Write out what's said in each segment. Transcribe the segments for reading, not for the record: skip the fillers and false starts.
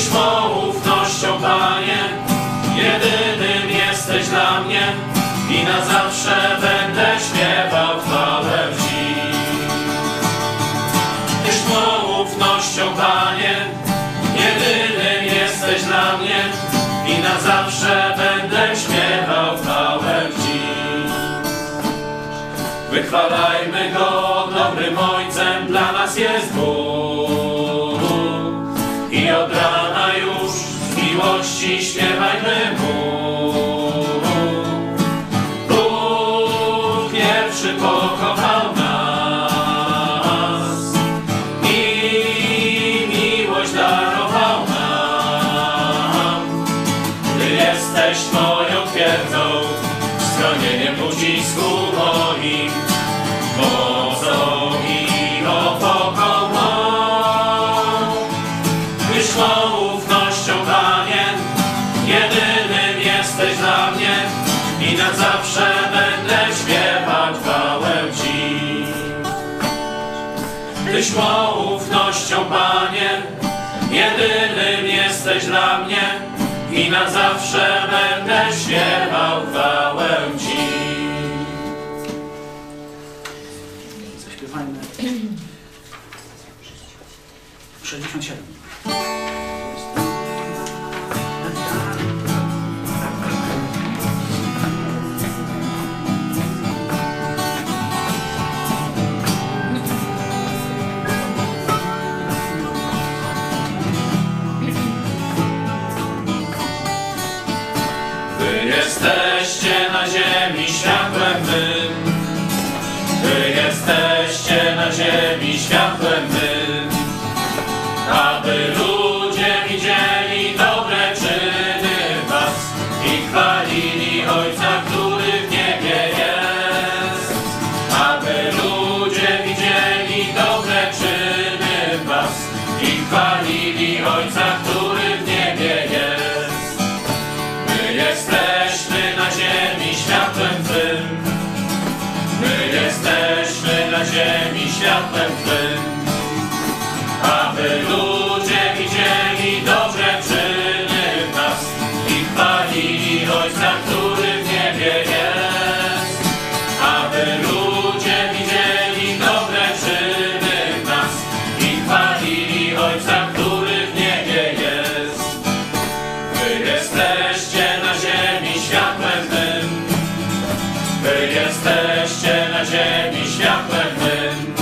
Tyś mą ufnością, Panie, jedynym jesteś dla mnie i na zawsze będę śpiewał chwałę Ci. Tyś mą ufnością, Panie, jedynym jesteś dla mnie i na zawsze będę śpiewał chwałę Ci. Wychwalajmy Go, dobrym Ojcem dla nas jest Bóg. I od rana już z miłości śpiewajmy Mu. Bóg pierwszy pokochał nas i miłość darował nam. Ty jesteś moją twierdzą, schronieniem w ucisku moim, mocą i opoką mą. Tyś mą ufnością, Panie, jedynym jesteś dla mnie i na zawsze będę śpiewać chwałę Ci. Tyś mą ufnością, Panie, jedynym jesteś dla mnie i na zawsze będę śpiewał chwałę Ci. Zaśpiewajmy 67. Wy jesteście na ziemi światłem mym. Wy jesteście na ziemi światłem mym. Aby ludzie widzieli dobre czyny Was i chwalili Ojca, który w niebie jest. Aby ludzie widzieli dobre czyny Was i chwalili Ojca, który w niebie jest. My jesteśmy na ziemi światłem Twym. My jesteśmy na ziemi światłem Twym. Aby ludzie widzieli dobre czyny w nas i chwalili Ojca, który w niebie jest. Aby ludzie widzieli dobre czyny w nas i chwalili Ojca, który w niebie jest. Wy jesteście na ziemi światłem tym. Wy jesteście na ziemi światłem tym.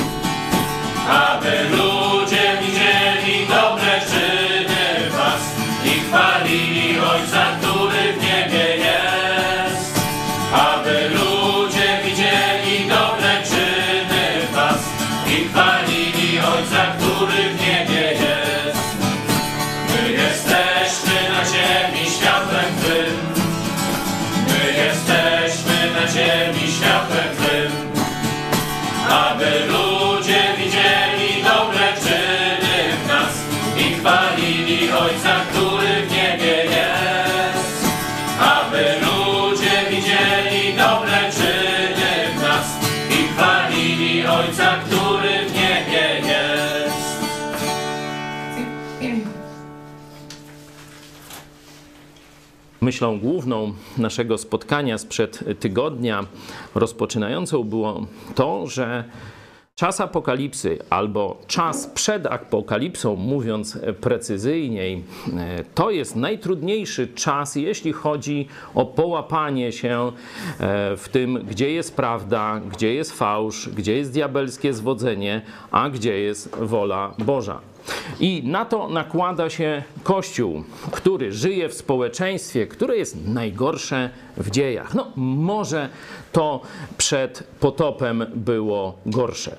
Aby ludzie widzieli dobre czyny Was i chwalili Ojca, który w niebie jest. Aby ludzie widzieli dobre czyny Was i chwalili Ojca, który w niebie jest. My jesteśmy na ziemi światłem Twym. My jesteśmy na ziemi światłem Twym. Aby ludzie widzieli dobre czyny w nas i chwalili Ojca, który w niebie jest. Aby ludzie widzieli dobre czyny w nas i chwalili Ojca, który w niebie jest. Myślą główną naszego spotkania sprzed tygodnia rozpoczynającą było to, że czas apokalipsy albo czas przed apokalipsą, mówiąc precyzyjniej, to jest najtrudniejszy czas, jeśli chodzi o połapanie się w tym, gdzie jest prawda, gdzie jest fałsz, gdzie jest diabelskie zwodzenie, a gdzie jest wola Boża. I na to nakłada się Kościół, który żyje w społeczeństwie, które jest najgorsze w dziejach. No, może to przed potopem było gorsze.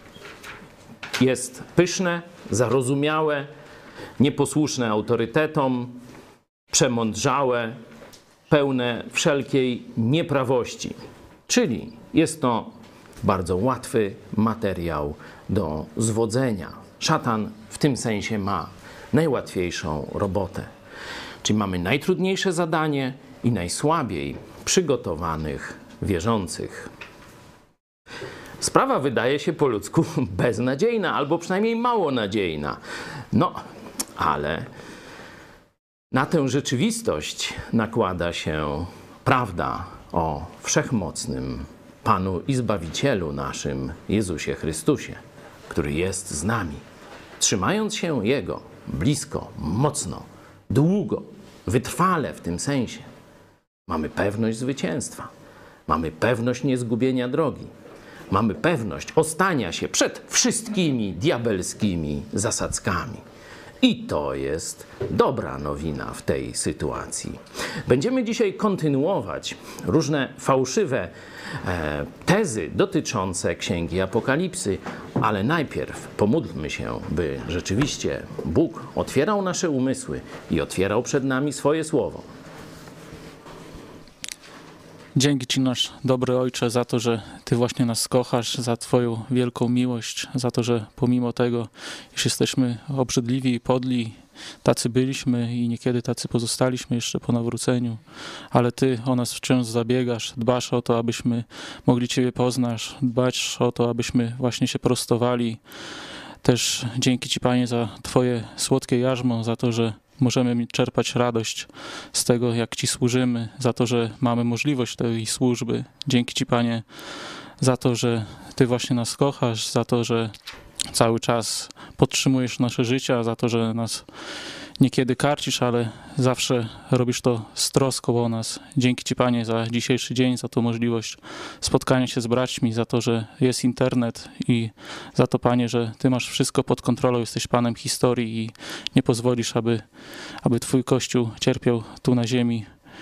Jest pyszne, zarozumiałe, nieposłuszne autorytetom, przemądrzałe, pełne wszelkiej nieprawości. Czyli jest to bardzo łatwy materiał do zwodzenia. Szatan w tym sensie ma najłatwiejszą robotę. Czyli mamy najtrudniejsze zadanie i najsłabiej przygotowanych wierzących. Sprawa wydaje się po ludzku beznadziejna, albo przynajmniej mało nadziejna. No, ale Na tę rzeczywistość nakłada się prawda o wszechmocnym Panu i Zbawicielu naszym Jezusie Chrystusie, który jest z nami. Trzymając się Jego blisko, mocno, długo, wytrwale w tym sensie, mamy pewność zwycięstwa, mamy pewność niezgubienia drogi, mamy pewność ostania się przed wszystkimi diabelskimi zasadzkami. I to jest dobra nowina w tej sytuacji. Będziemy dzisiaj kontynuować różne fałszywe tezy dotyczące Księgi Apokalipsy, ale najpierw pomódlmy się, by rzeczywiście Bóg otwierał nasze umysły i otwierał przed nami swoje słowo. Dzięki Ci, nasz dobry Ojcze, za to, że Ty właśnie nas kochasz, za Twoją wielką miłość, za to, że pomimo tego, iż jesteśmy obrzydliwi i podli, tacy byliśmy i niekiedy tacy pozostaliśmy jeszcze po nawróceniu, ale Ty o nas wciąż zabiegasz, dbasz o to, abyśmy mogli Ciebie poznać, dbasz o to, abyśmy właśnie się prostowali. Też dzięki Ci, Panie, za Twoje słodkie jarzmo, za to, że możemy czerpać radość z tego, jak Ci służymy, za to, że mamy możliwość tej służby. Dzięki Ci, Panie, za to, że Ty właśnie nas kochasz, za to, że cały czas podtrzymujesz nasze życia, za to, że nas niekiedy karcisz, ale zawsze robisz to z troską o nas. Dzięki Ci, Panie, za dzisiejszy dzień, za tą możliwość spotkania się z braćmi, za to, że jest internet i za to, Panie, że Ty masz wszystko pod kontrolą, jesteś Panem historii i nie pozwolisz, aby Twój Kościół cierpiał tu na ziemi,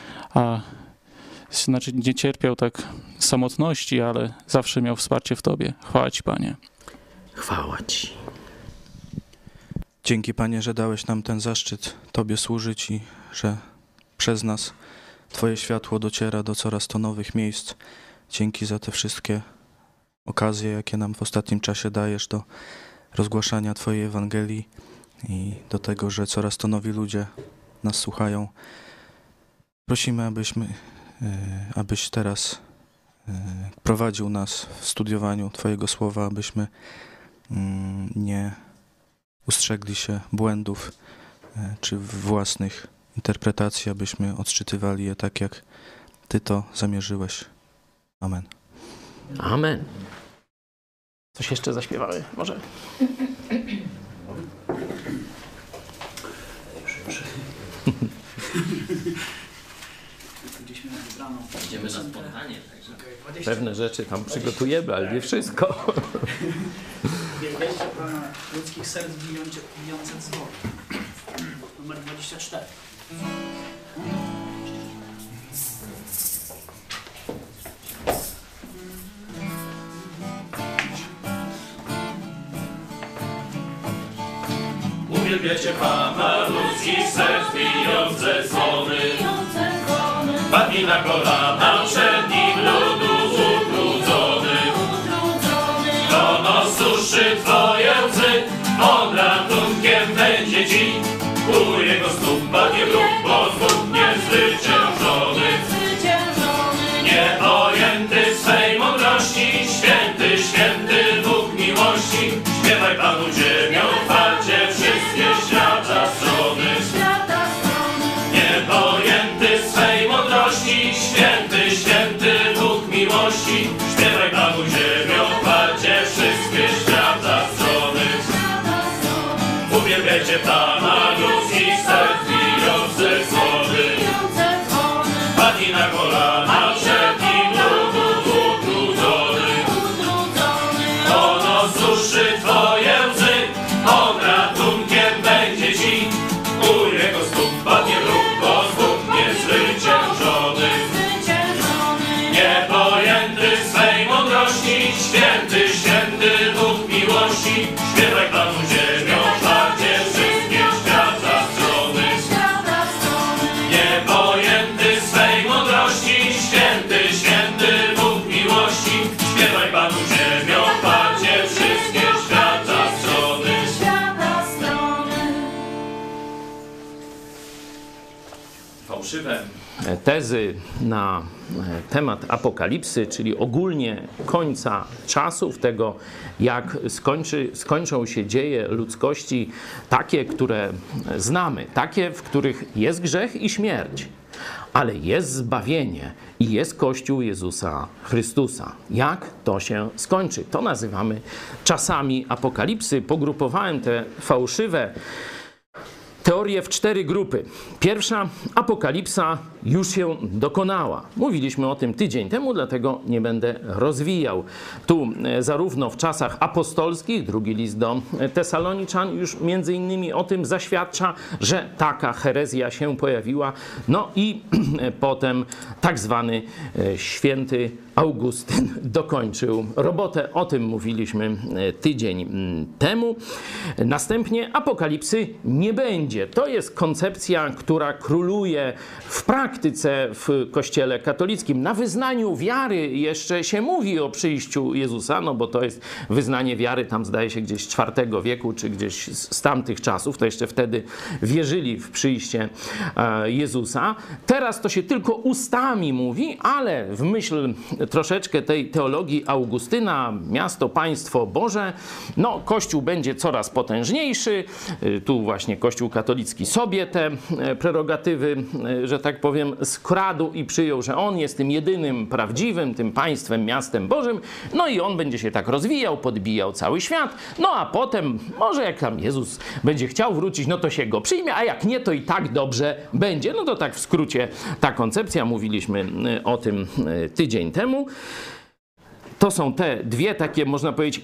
znaczy nie cierpiał tak samotności, ale zawsze miał wsparcie w Tobie. Chwała Ci, Panie. Chwała Ci. Dzięki, Panie, że dałeś nam ten zaszczyt Tobie służyć i że przez nas Twoje światło dociera do coraz to nowych miejsc. Dzięki za te wszystkie okazje, jakie nam w ostatnim czasie dajesz do rozgłaszania Twojej Ewangelii i do tego, że coraz to nowi ludzie nas słuchają. Prosimy, abyś teraz prowadził nas w studiowaniu Twojego Słowa, abyśmy nie ustrzegli się błędów czy własnych interpretacji, abyśmy odczytywali je tak, jak Ty to zamierzyłeś. Amen. Amen. Coś jeszcze zaśpiewamy? Może? Idziemy na spontanie. Pewne rzeczy tam przygotujemy, ale nie wszystko. Wielbiejcie Pana ludzkich serc bijące dzwony. Numer 24. Uwielbiacie Pana ludzkich serc bijące dzwony. Padnij na kolana przed Nim ludu utrudzony. Ono suszy Twoje łzy, On ratunkiem będzie Ci. U Jego stóp padnie wróg, bo Bóg niezwyciężony. Niepojęty swej mądrości, święty, święty Bóg miłości. Śpiewaj Panu ziemią, chwalcie wszystkie świata strony. Niepojęty swej mądrości, święty, święty Bóg miłości. Śpiewaj Panu ziemią, chwalcie wszystkie świata strony. Uwielbiajcie Pana ludzkich serc bijące dzwony. Padnij na kolana przed Nim ludu utrudzony. Ono suszy Twoje łzy, On ratunkiem będzie Ci. U Jego stóp padnie wróg, bo Bóg niezwyciężony. Niepojęty swej mądrości, święty, święty Bóg miłości. Śpiewaj Panu ziemią, chwalcie wszystkie świata strony. Niepojęty swej mądrości, święty, święty Bóg miłości. Śpiewaj Panu ziemią, chwalcie wszystkie świata strony. Fałszywe tezy na temat apokalipsy, czyli ogólnie końca czasów, tego jak skończą się dzieje ludzkości, takie, które znamy, takie, w których jest grzech i śmierć, ale jest zbawienie i jest Kościół Jezusa Chrystusa. Jak to się skończy? To nazywamy czasami apokalipsy. Pogrupowałem te fałszywe teorie w 4 grupy. Pierwsza, apokalipsa już się dokonała. Mówiliśmy o tym tydzień temu, dlatego nie będę rozwijał. Tu zarówno w czasach apostolskich, drugi list do Tesaloniczan już między innymi o tym zaświadcza, że taka herezja się pojawiła. No i potem tak zwany święty Augustyn dokończył robotę. O tym mówiliśmy tydzień temu. Następnie apokalipsy nie będzie. To jest koncepcja, która króluje w praktyce w Kościele katolickim. Na wyznaniu wiary jeszcze się mówi o przyjściu Jezusa, no bo to jest wyznanie wiary, tam zdaje się gdzieś z IV wieku, czy gdzieś z tamtych czasów. To jeszcze wtedy wierzyli w przyjście Jezusa. Teraz to się tylko ustami mówi, ale w myśl troszeczkę tej teologii Augustyna, miasto, państwo Boże, no Kościół będzie coraz potężniejszy. Tu właśnie Kościół katolicki sobie te prerogatywy, że tak powiem, skradł i przyjął, że on jest tym jedynym prawdziwym, tym państwem, miastem Bożym. No i on będzie się tak rozwijał, podbijał cały świat. No a potem, może jak tam Jezus będzie chciał wrócić, no to się go przyjmie, a jak nie, to i tak dobrze będzie. No to tak w skrócie ta koncepcja, mówiliśmy o tym tydzień temu. To są te dwie takie, można powiedzieć,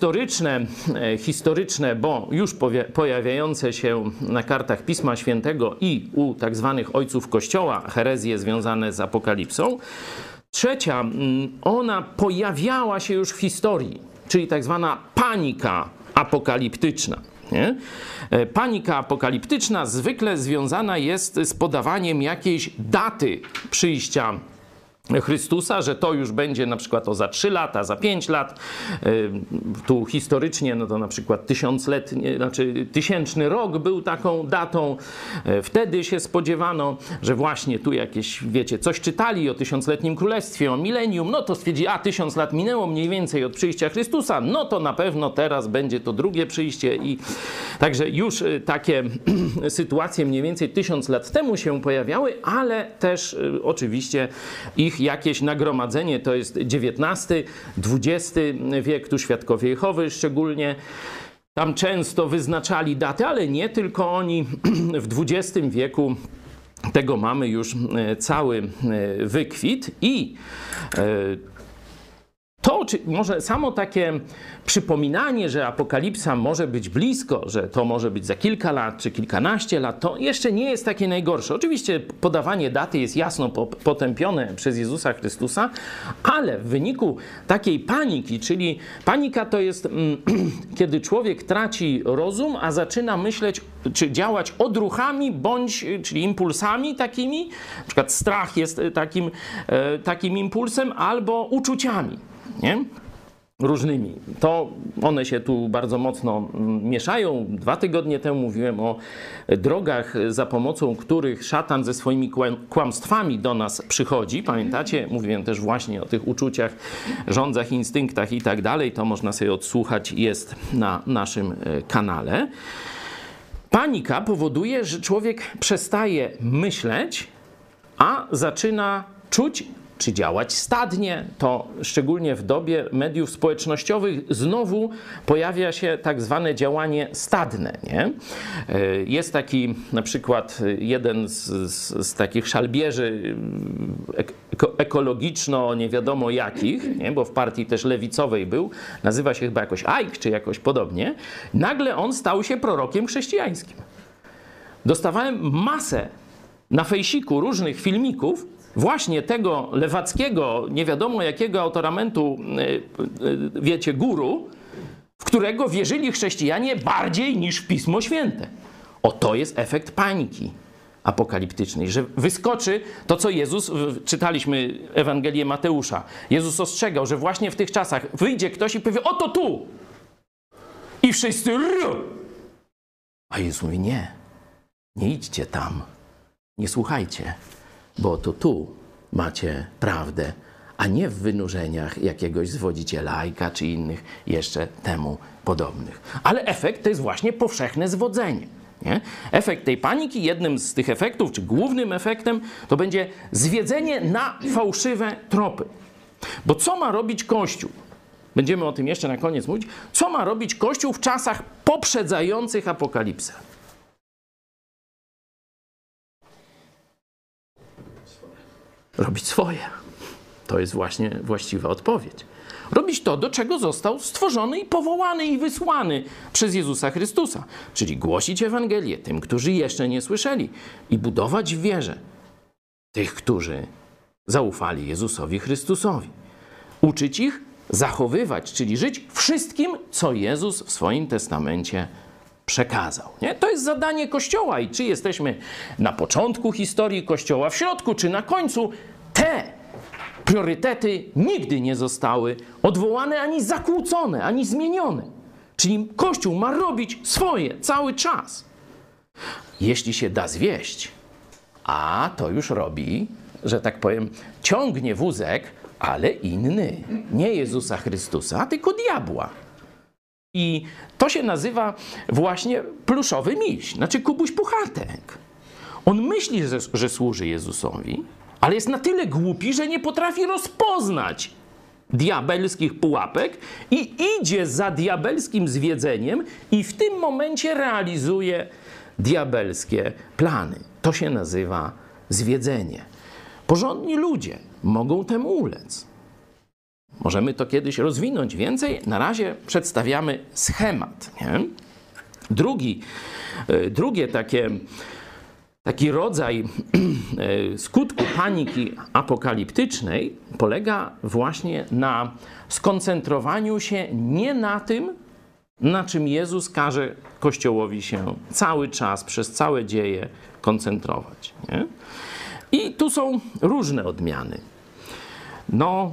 historyczne, bo już pojawiające się na kartach Pisma Świętego i u tak zwanych ojców Kościoła herezje związane z apokalipsą. Trzecia, ona pojawiała się już w historii, czyli tak zwana panika apokaliptyczna. Nie? Panika apokaliptyczna zwykle związana jest z podawaniem jakiejś daty przyjścia Chrystusa, że to już będzie na przykład za 3 lata, za 5 lat. Tu historycznie, no to na przykład 1000 rok był taką datą. Wtedy się spodziewano, że właśnie tu jakieś, wiecie, coś czytali o 1000-letnim królestwie, o milenium, no to stwierdzili, 1000 lat minęło mniej więcej od przyjścia Chrystusa, no to na pewno teraz będzie to drugie przyjście. I także już takie sytuacje mniej więcej 1000 lat temu się pojawiały, ale też oczywiście ich jakieś nagromadzenie, to jest XIX, XX wiek, tu Świadkowie Jehowy szczególnie, tam często wyznaczali daty, ale nie tylko oni. W XX wieku tego mamy już cały wykwit i to, czy może samo takie przypominanie, że apokalipsa może być blisko, że to może być za kilka lat czy kilkanaście lat, to jeszcze nie jest takie najgorsze. Oczywiście podawanie daty jest jasno potępione przez Jezusa Chrystusa, ale w wyniku takiej paniki, czyli panika to jest kiedy człowiek traci rozum, a zaczyna myśleć czy działać odruchami bądź, czyli impulsami takimi, na przykład strach jest takim impulsem, albo uczuciami. Nie? Różnymi. To one się tu bardzo mocno mieszają. 2 tygodnie temu mówiłem o drogach, za pomocą których szatan ze swoimi kłamstwami do nas przychodzi. Pamiętacie? Mówiłem też właśnie o tych uczuciach, żądzach, instynktach i tak dalej. To można sobie odsłuchać, jest na naszym kanale. Panika powoduje, że człowiek przestaje myśleć, a zaczyna czuć czy działać stadnie. To szczególnie w dobie mediów społecznościowych znowu pojawia się tak zwane działanie stadne. Nie? Jest taki na przykład jeden z takich szalbierzy ekologiczno nie wiadomo jakich, nie? Bo w partii też lewicowej był, nazywa się chyba jakoś Ike czy jakoś podobnie. Nagle on stał się prorokiem chrześcijańskim. Dostawałem masę na fejsiku różnych filmików właśnie tego lewackiego, nie wiadomo jakiego autoramentu, wiecie, guru, w którego wierzyli chrześcijanie bardziej niż w Pismo Święte. O, to jest efekt paniki apokaliptycznej, że wyskoczy to, co Jezus, czytaliśmy Ewangelię Mateusza. Jezus ostrzegał, że właśnie w tych czasach wyjdzie ktoś i powie, oto tu! I wszyscy ru! A Jezus mówi, nie idźcie tam, nie słuchajcie. bo to tu macie prawdę, a nie w wynurzeniach jakiegoś zwodziciela Ajka czy innych jeszcze temu podobnych. Ale efekt to jest właśnie powszechne zwodzenie. Nie? Efekt tej paniki, jednym z tych efektów, czy głównym efektem, to będzie zwiedzenie na fałszywe tropy. Bo co ma robić Kościół? Będziemy o tym jeszcze na koniec mówić. Co ma robić Kościół w czasach poprzedzających apokalipsę? Robić swoje. To jest właśnie właściwa odpowiedź. Robić to, do czego został stworzony i powołany i wysłany przez Jezusa Chrystusa. Czyli głosić Ewangelię tym, którzy jeszcze nie słyszeli i budować w wierze tych, którzy zaufali Jezusowi Chrystusowi. Uczyć ich zachowywać, czyli żyć wszystkim, co Jezus w swoim testamencie przekazał. Nie? To jest zadanie Kościoła i czy jesteśmy na początku historii Kościoła, w środku czy na końcu, te priorytety nigdy nie zostały odwołane, ani zakłócone, ani zmienione. Czyli Kościół ma robić swoje cały czas. Jeśli się da zwieść, a to już robi, że tak powiem, ciągnie wózek, ale inny. Nie Jezusa Chrystusa, tylko diabła. I to się nazywa właśnie pluszowy miś, znaczy Kubuś Puchatek. On myśli, że służy Jezusowi, ale jest na tyle głupi, że nie potrafi rozpoznać diabelskich pułapek i idzie za diabelskim zwiedzeniem i w tym momencie realizuje diabelskie plany. To się nazywa zwiedzenie. Porządni ludzie mogą temu ulec. Możemy to kiedyś rozwinąć więcej. Na razie przedstawiamy schemat. Nie? Taki rodzaj skutku paniki apokaliptycznej polega właśnie na skoncentrowaniu się nie na tym, na czym Jezus każe Kościołowi się cały czas, przez całe dzieje koncentrować. Nie? I tu są różne odmiany. No,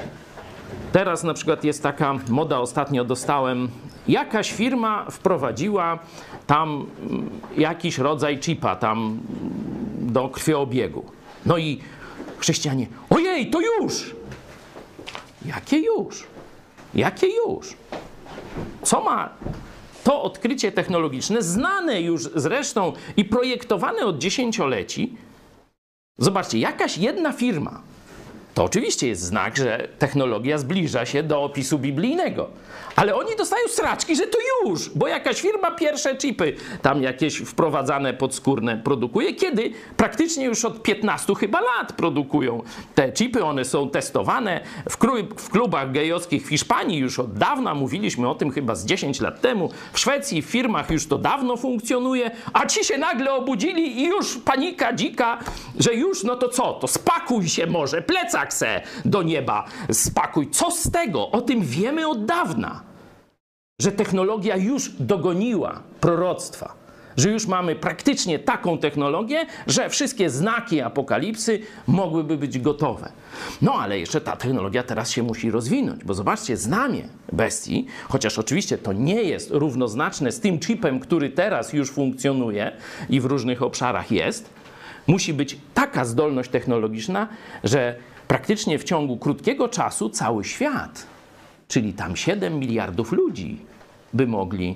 teraz na przykład jest taka moda, ostatnio dostałem, jakaś firma wprowadziła tam jakiś rodzaj chipa tam do krwiobiegu. No i chrześcijanie, ojej, to już! Jakie już? Jakie już? Co ma to odkrycie technologiczne, znane już zresztą i projektowane od dziesięcioleci? Zobaczcie, jakaś jedna firma, to oczywiście jest znak, że technologia zbliża się do opisu biblijnego. Ale oni dostają sraczki, że to już, bo jakaś firma pierwsze chipy tam jakieś wprowadzane podskórne produkuje, kiedy praktycznie już od 15 chyba lat produkują te chipy. One są testowane w klubach gejowskich w Hiszpanii już od dawna. Mówiliśmy o tym chyba z 10 lat temu. W Szwecji w firmach już to dawno funkcjonuje, a ci się nagle obudzili i już panika dzika, że już, no to co? To spakuj się może, plecak se do nieba spakuj. Co z tego? O tym wiemy od dawna. Że technologia już dogoniła proroctwa. Że już mamy praktycznie taką technologię, że wszystkie znaki apokalipsy mogłyby być gotowe. No ale jeszcze ta technologia teraz się musi rozwinąć, bo zobaczcie, znamie bestii, chociaż oczywiście to nie jest równoznaczne z tym chipem, który teraz już funkcjonuje i w różnych obszarach jest, musi być taka zdolność technologiczna, że praktycznie w ciągu krótkiego czasu cały świat, czyli tam 7 miliardów ludzi, by mogli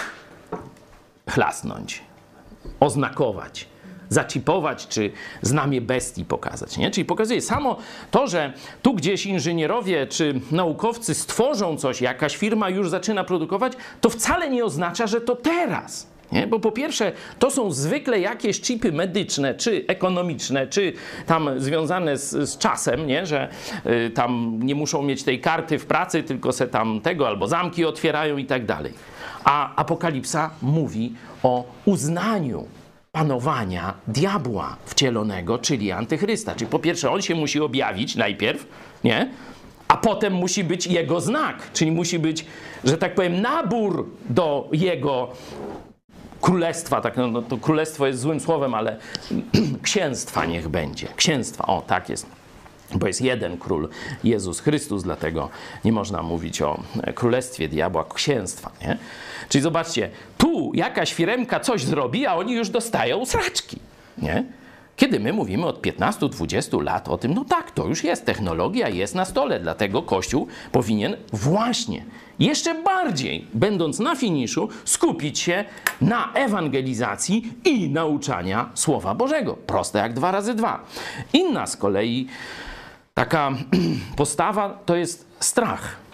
chlasnąć, oznakować, zaczipować, czy znamie bestii pokazać. Nie? Czyli pokazuje samo to, że tu gdzieś inżynierowie czy naukowcy stworzą coś, jakaś firma już zaczyna produkować, to wcale nie oznacza, że to teraz. Nie? Bo po pierwsze, to są zwykle jakieś chipy medyczne, czy ekonomiczne, czy tam związane z czasem, nie? Że tam nie muszą mieć tej karty w pracy, tylko se tam tego albo zamki otwierają i tak dalej. A Apokalipsa mówi o uznaniu panowania diabła wcielonego, czyli antychrysta. Czyli po pierwsze, on się musi objawić najpierw, nie? A potem musi być jego znak, czyli musi być, że tak powiem, nabór do jego królestwa, tak, no to królestwo jest złym słowem, ale księstwa niech będzie. Księstwa, o tak jest, bo jest jeden król, Jezus Chrystus, dlatego nie można mówić o królestwie diabła, księstwa, nie? Czyli zobaczcie, tu jakaś firemka coś zrobi, a oni już dostają sraczki, nie? Kiedy my mówimy od 15-20 lat o tym, no tak, to już jest, technologia jest na stole, dlatego Kościół powinien właśnie jeszcze bardziej, będąc na finiszu, skupić się na ewangelizacji i nauczania Słowa Bożego. Proste jak 2 razy 2. Inna z kolei taka postawa to jest strach.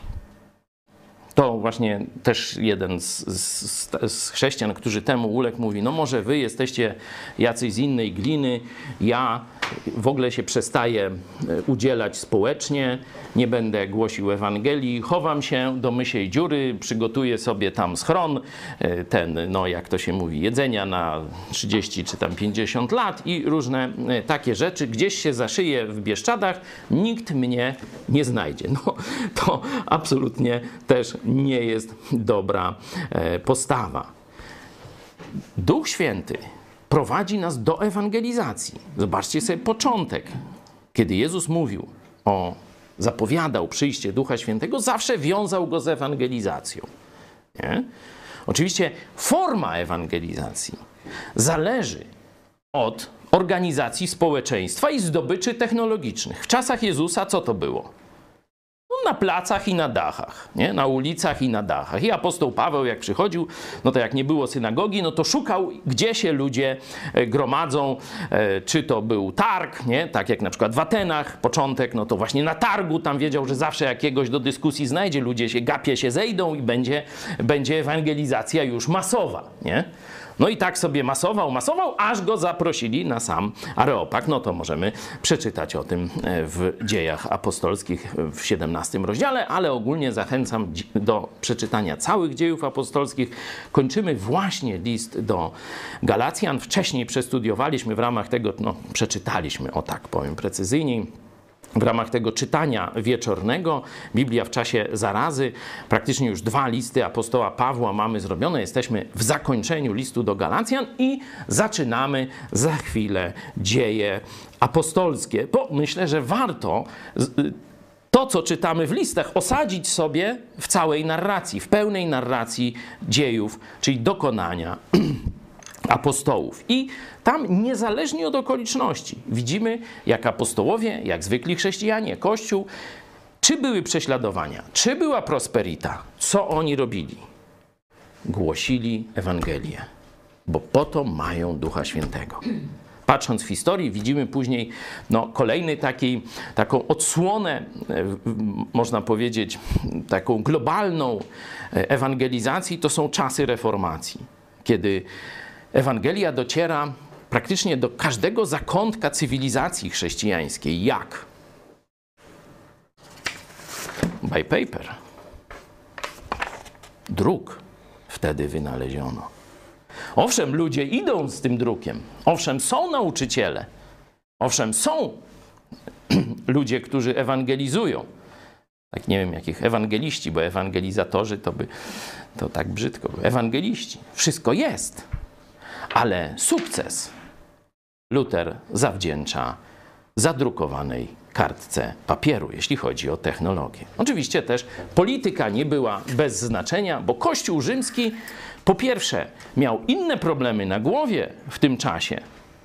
To właśnie też jeden z chrześcijan, którzy temu uległ, mówi, no może wy jesteście jacyś z innej gliny, ja w ogóle się przestaję udzielać społecznie, nie będę głosił Ewangelii, chowam się do mysiej dziury, przygotuję sobie tam schron, no jak to się mówi, jedzenia na 30 czy tam 50 lat i różne takie rzeczy, gdzieś się zaszyję w Bieszczadach, nikt mnie nie znajdzie. No to absolutnie też nie jest dobra postawa. Duch Święty prowadzi nas do ewangelizacji. Zobaczcie sobie początek. Kiedy Jezus mówił zapowiadał przyjście Ducha Świętego, zawsze wiązał go z ewangelizacją. Nie? Oczywiście forma ewangelizacji zależy od organizacji społeczeństwa i zdobyczy technologicznych. W czasach Jezusa co to było? No, na placach i na dachach, nie? Na ulicach i na dachach. I apostoł Paweł jak przychodził, no to jak nie było synagogi, no to szukał, gdzie się ludzie gromadzą, czy to był targ, nie? Tak jak na przykład w Atenach, początek, no to właśnie na targu, tam wiedział, że zawsze jakiegoś do dyskusji znajdzie, ludzie się gapie się zejdą i będzie ewangelizacja już masowa, nie? No i tak sobie masował, aż go zaprosili na sam Areopag. No to możemy przeczytać o tym w Dziejach Apostolskich w 17 rozdziale, ale ogólnie zachęcam do przeczytania całych Dziejów Apostolskich. Kończymy właśnie list do Galacjan. Wcześniej przestudiowaliśmy w ramach tego, no przeczytaliśmy, o tak powiem precyzyjniej, w ramach tego czytania wieczornego, Biblia w czasie zarazy, praktycznie już 2 listy apostoła Pawła mamy zrobione. Jesteśmy w zakończeniu listu do Galacjan i zaczynamy za chwilę Dzieje apostolskie. Bo myślę, że warto to, co czytamy w listach, osadzić sobie w całej narracji, w pełnej narracji dziejów, czyli dokonania apostołów. I tam niezależnie od okoliczności widzimy, jak apostołowie, jak zwykli chrześcijanie, Kościół, czy były prześladowania, czy była prosperita, co oni robili? Głosili Ewangelię, bo po to mają Ducha Świętego. Patrząc w historii, widzimy później kolejny taką odsłonę, można powiedzieć, taką globalną ewangelizacji, to są czasy reformacji, kiedy Ewangelia dociera praktycznie do każdego zakątka cywilizacji chrześcijańskiej. Jak? By paper. Druk wtedy wynaleziono. Owszem, ludzie idą z tym drukiem. Owszem, są nauczyciele. Owszem, są ludzie, którzy ewangelizują. Tak nie wiem, jakich ewangeliści, bo ewangelizatorzy to tak brzydko. Ewangeliści. Wszystko jest. Ale sukces Luter zawdzięcza zadrukowanej kartce papieru, jeśli chodzi o technologię. Oczywiście też polityka nie była bez znaczenia, bo Kościół rzymski po pierwsze miał inne problemy na głowie w tym czasie,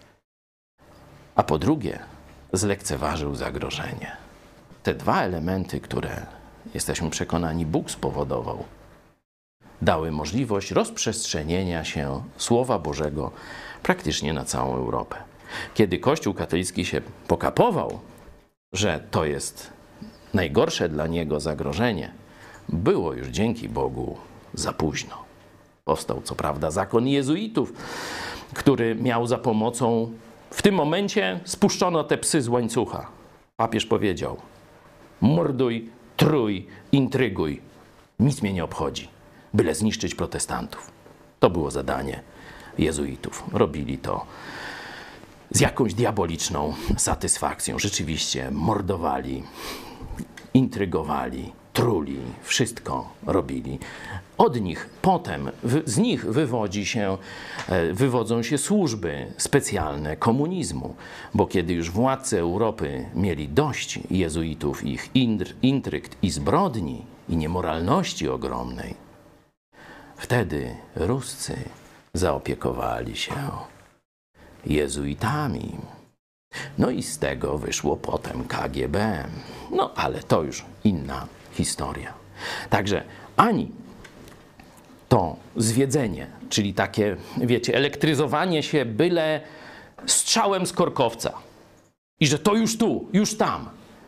a po drugie zlekceważył zagrożenie. Te 2 elementy, które jesteśmy przekonani Bóg spowodował, dały możliwość rozprzestrzenienia się Słowa Bożego praktycznie na całą Europę. Kiedy Kościół katolicki się pokapował, że to jest najgorsze dla niego zagrożenie, było już dzięki Bogu za późno. Powstał co prawda zakon jezuitów, który miał za pomocą, w tym momencie spuszczono te psy z łańcucha. Papież powiedział: morduj, trój, intryguj, nic mnie nie obchodzi, byle zniszczyć protestantów. To było zadanie jezuitów. Robili to z jakąś diaboliczną satysfakcją. Rzeczywiście mordowali, intrygowali, truli, wszystko robili. Od nich potem, z nich wywodzą się służby specjalne komunizmu, bo kiedy już władcy Europy mieli dość jezuitów, ich intryg i zbrodni i niemoralności ogromnej, wtedy Ruscy zaopiekowali się jezuitami No i z tego wyszło potem KGB. No ale to już inna historia. Także ani to zwiedzenie, czyli takie, wiecie, elektryzowanie się byle strzałem z korkowca i że to już tu, już tam.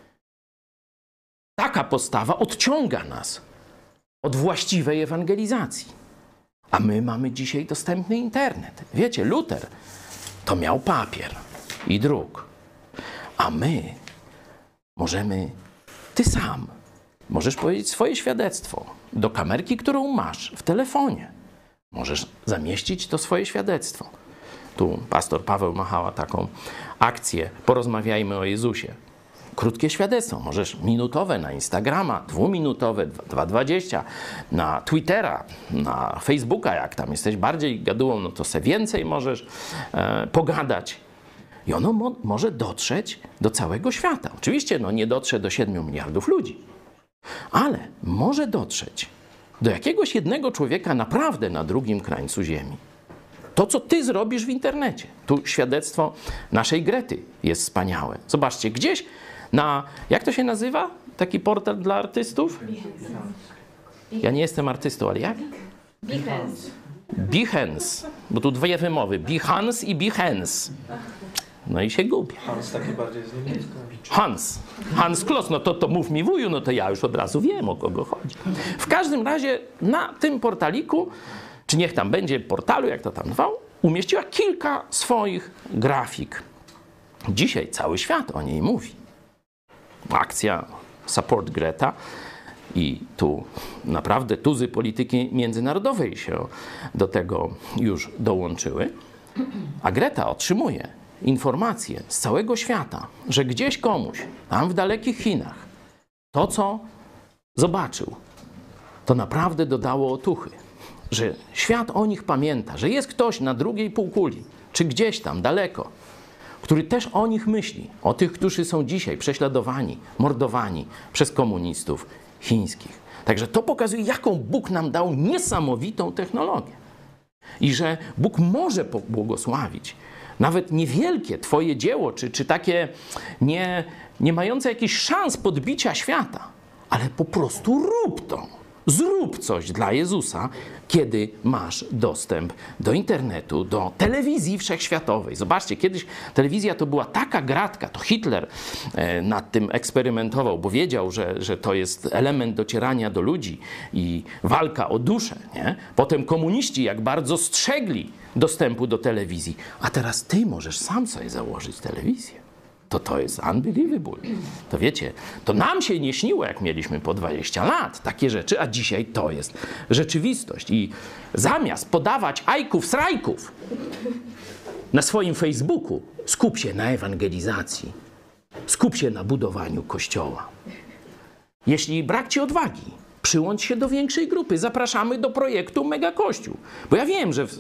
Taka postawa odciąga nas od właściwej ewangelizacji. A my mamy dzisiaj dostępny internet. Wiecie, Luter to miał papier i druk. A my możemy, ty sam, możesz powiedzieć swoje świadectwo do kamerki, którą masz w telefonie. Możesz zamieścić to swoje świadectwo. Tu pastor Paweł Machała taką akcję Porozmawiajmy o Jezusie. Krótkie świadectwo, możesz minutowe na Instagrama, 2-minutowe, 2:20, na Twittera, na Facebooka, jak tam jesteś bardziej gadułą, no to se więcej możesz pogadać. I ono może dotrzeć do całego świata. Oczywiście no, nie dotrze do 7 miliardów ludzi, ale może dotrzeć do jakiegoś jednego człowieka naprawdę na drugim krańcu ziemi. To, co ty zrobisz w internecie. Tu świadectwo naszej Grety jest wspaniałe. Zobaczcie, gdzieś na, jak to się nazywa? Taki portal dla artystów? Ja nie jestem artystą, ale jak? Behance. Behance, bo tu dwie wymowy. Behance i Behance. No i się gubię. Hans taki bardziej z niemiecka. Hans Kloss, no to mów mi wuju, no to ja już od razu wiem, o kogo chodzi. W każdym razie na tym portaliku, czy niech tam będzie portalu, jak to tam zwał, umieściła kilka swoich grafik. Dzisiaj cały świat o niej mówi. Akcja Support Greta i tu naprawdę tuzy polityki międzynarodowej się do tego już dołączyły. A Greta otrzymuje informacje z całego świata, że gdzieś komuś, tam w dalekich Chinach, to co zobaczył, to naprawdę dodało otuchy. Że świat o nich pamięta, że jest ktoś na drugiej półkuli, czy gdzieś tam daleko, który też o nich myśli, o tych, którzy są dzisiaj prześladowani, mordowani przez komunistów chińskich. Także to pokazuje, jaką Bóg nam dał niesamowitą technologię. I że Bóg może pobłogosławić nawet niewielkie twoje dzieło, czy takie nie mające jakichś szans podbicia świata, ale po prostu rób to. Zrób coś dla Jezusa, kiedy masz dostęp do internetu, do telewizji wszechświatowej. Zobaczcie, kiedyś telewizja to była taka gratka, to Hitler nad tym eksperymentował, bo wiedział, że to jest element docierania do ludzi i walka o duszę. Nie? Potem komuniści jak bardzo strzegli dostępu do telewizji. A teraz ty możesz sam sobie założyć telewizję. To jest unbelievable. To wiecie, to nam się nie śniło, jak mieliśmy po 20 lat takie rzeczy, a dzisiaj to jest rzeczywistość. I zamiast podawać ajków, srajków na swoim Facebooku, skup się na ewangelizacji. Skup się na budowaniu Kościoła. Jeśli brak ci odwagi, przyłącz się do większej grupy. Zapraszamy do projektu Mega Kościół. Bo ja wiem, że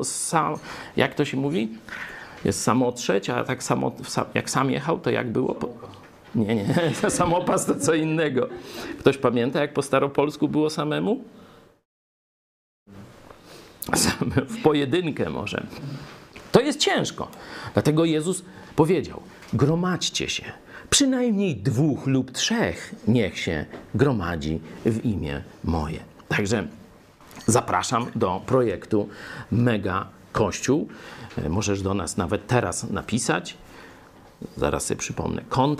jak to się mówi? Jest samootrzeć, a tak samo, jak sam jechał, to jak było? Nie, samopas to co innego. Ktoś pamięta, jak po staropolsku było samemu? W pojedynkę może. To jest ciężko. Dlatego Jezus powiedział, gromadźcie się. Przynajmniej 2 lub 3 niech się gromadzi w imię moje. Także zapraszam do projektu Mega Kościół. Możesz do nas nawet teraz napisać. Zaraz sobie przypomnę.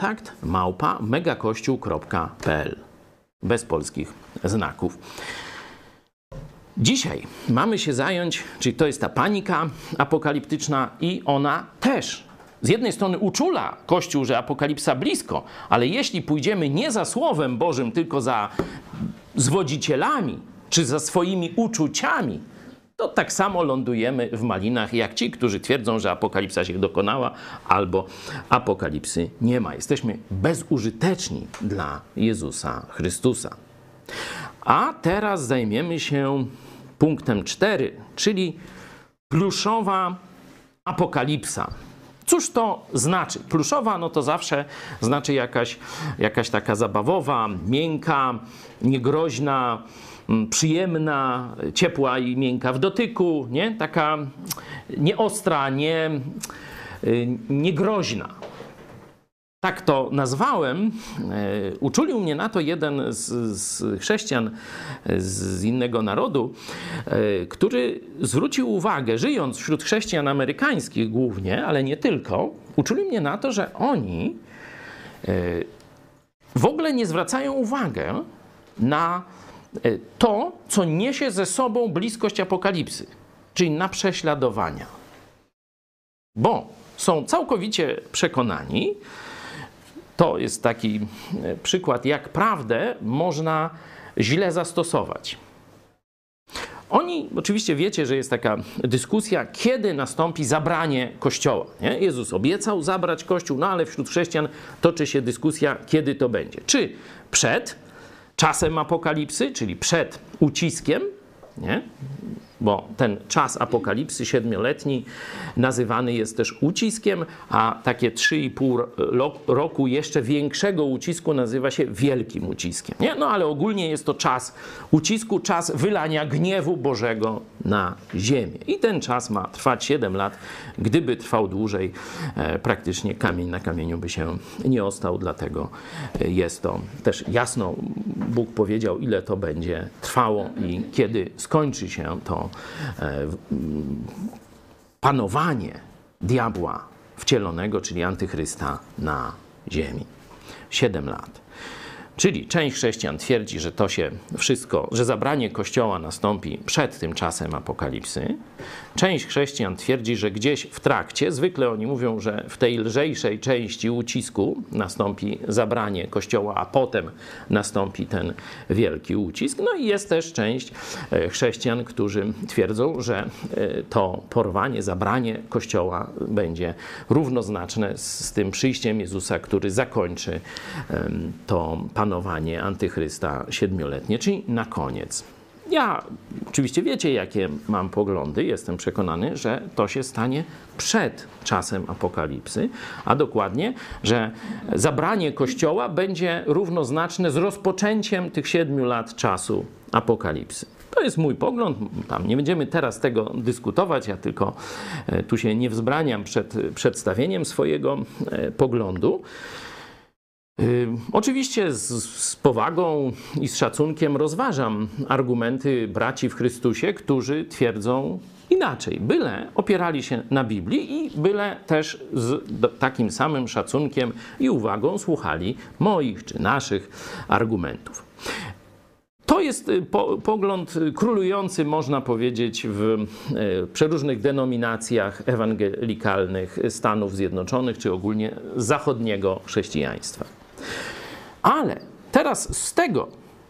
kontakt@megakościół.pl. Bez polskich znaków. Dzisiaj mamy się zająć, czyli to jest ta panika apokaliptyczna i ona też z jednej strony uczula Kościół, że apokalipsa blisko, ale jeśli pójdziemy nie za Słowem Bożym, tylko za zwodzicielami, czy za swoimi uczuciami, to tak samo lądujemy w malinach jak ci, którzy twierdzą, że apokalipsa się dokonała albo apokalipsy nie ma. Jesteśmy bezużyteczni dla Jezusa Chrystusa. A teraz zajmiemy się punktem 4, czyli pluszowa apokalipsa. Cóż to znaczy? Pluszowa, no to zawsze znaczy jakaś taka zabawowa, miękka, niegroźna, przyjemna, ciepła i miękka w dotyku, nie? Taka nieostra, niegroźna. tak to nazwałem, uczulił mnie na to jeden z chrześcijan z innego narodu, który zwrócił uwagę, żyjąc wśród chrześcijan amerykańskich głównie, ale nie tylko, uczulił mnie na to, że oni w ogóle nie zwracają uwagi na to, co niesie ze sobą bliskość apokalipsy, czyli na prześladowania. Bo są całkowicie przekonani, to jest taki przykład, jak prawdę można źle zastosować. Oni, oczywiście wiecie, że jest taka dyskusja, kiedy nastąpi zabranie Kościoła. Nie? Jezus obiecał zabrać Kościół, no ale wśród chrześcijan toczy się dyskusja, kiedy to będzie. Czy przed czasem apokalipsy, czyli przed uciskiem, nie? Bo ten czas apokalipsy 7-letni nazywany jest też uciskiem, a takie 3,5 roku jeszcze większego ucisku nazywa się wielkim uciskiem. Nie? No ale ogólnie jest to czas ucisku, czas wylania gniewu Bożego na ziemię. I ten czas ma trwać 7 lat. Gdyby trwał dłużej, praktycznie kamień na kamieniu by się nie ostał, dlatego jest to też jasno, Bóg powiedział, ile to będzie trwało i kiedy skończy się to panowanie diabła wcielonego, czyli antychrysta na ziemi. 7 lat. Czyli część chrześcijan twierdzi, że to się wszystko, że zabranie Kościoła nastąpi przed tym czasem apokalipsy. Część chrześcijan twierdzi, że gdzieś w trakcie, zwykle oni mówią, że w tej lżejszej części ucisku nastąpi zabranie Kościoła, a potem nastąpi ten wielki ucisk. No i jest też część chrześcijan, którzy twierdzą, że to porwanie, zabranie Kościoła będzie równoznaczne z tym przyjściem Jezusa, który zakończy to panowanie antychrysta 7-letnie, czyli na koniec. Ja, oczywiście wiecie, jakie mam poglądy. Jestem przekonany, że to się stanie przed czasem apokalipsy, a dokładnie, że zabranie Kościoła będzie równoznaczne z rozpoczęciem tych 7 lat czasu apokalipsy. To jest mój pogląd. Tam nie będziemy teraz tego dyskutować. Ja tylko tu się nie wzbraniam przed przedstawieniem swojego poglądu. Oczywiście z powagą i z szacunkiem rozważam argumenty braci w Chrystusie, którzy twierdzą inaczej. Byle opierali się na Biblii i byle też z takim samym szacunkiem i uwagą słuchali moich czy naszych argumentów. To jest pogląd królujący, można powiedzieć, w przeróżnych denominacjach ewangelikalnych Stanów Zjednoczonych, czy ogólnie zachodniego chrześcijaństwa. Ale teraz z tego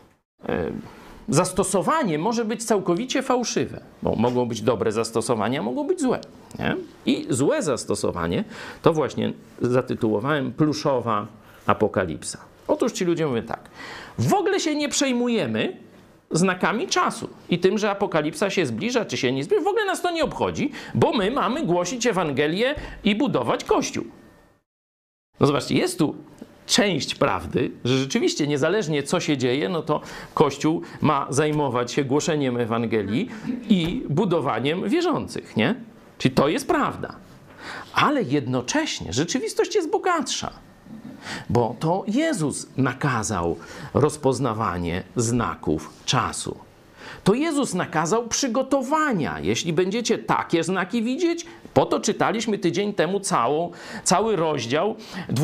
zastosowanie może być całkowicie fałszywe, bo mogą być dobre zastosowania, mogą być złe. Nie? I złe zastosowanie to właśnie zatytułowałem pluszowa apokalipsa. Otóż ci ludzie mówią tak, w ogóle się nie przejmujemy znakami czasu i tym, że apokalipsa się zbliża, czy się nie zbliża, w ogóle nas to nie obchodzi, bo my mamy głosić Ewangelię i budować Kościół. No zobaczcie, jest tu część prawdy, że rzeczywiście niezależnie co się dzieje, no to Kościół ma zajmować się głoszeniem Ewangelii i budowaniem wierzących, nie? Czyli to jest prawda. Ale jednocześnie rzeczywistość jest bogatsza. Bo to Jezus nakazał rozpoznawanie znaków czasu. To Jezus nakazał przygotowania. Jeśli będziecie takie znaki widzieć, po to czytaliśmy tydzień temu cały rozdział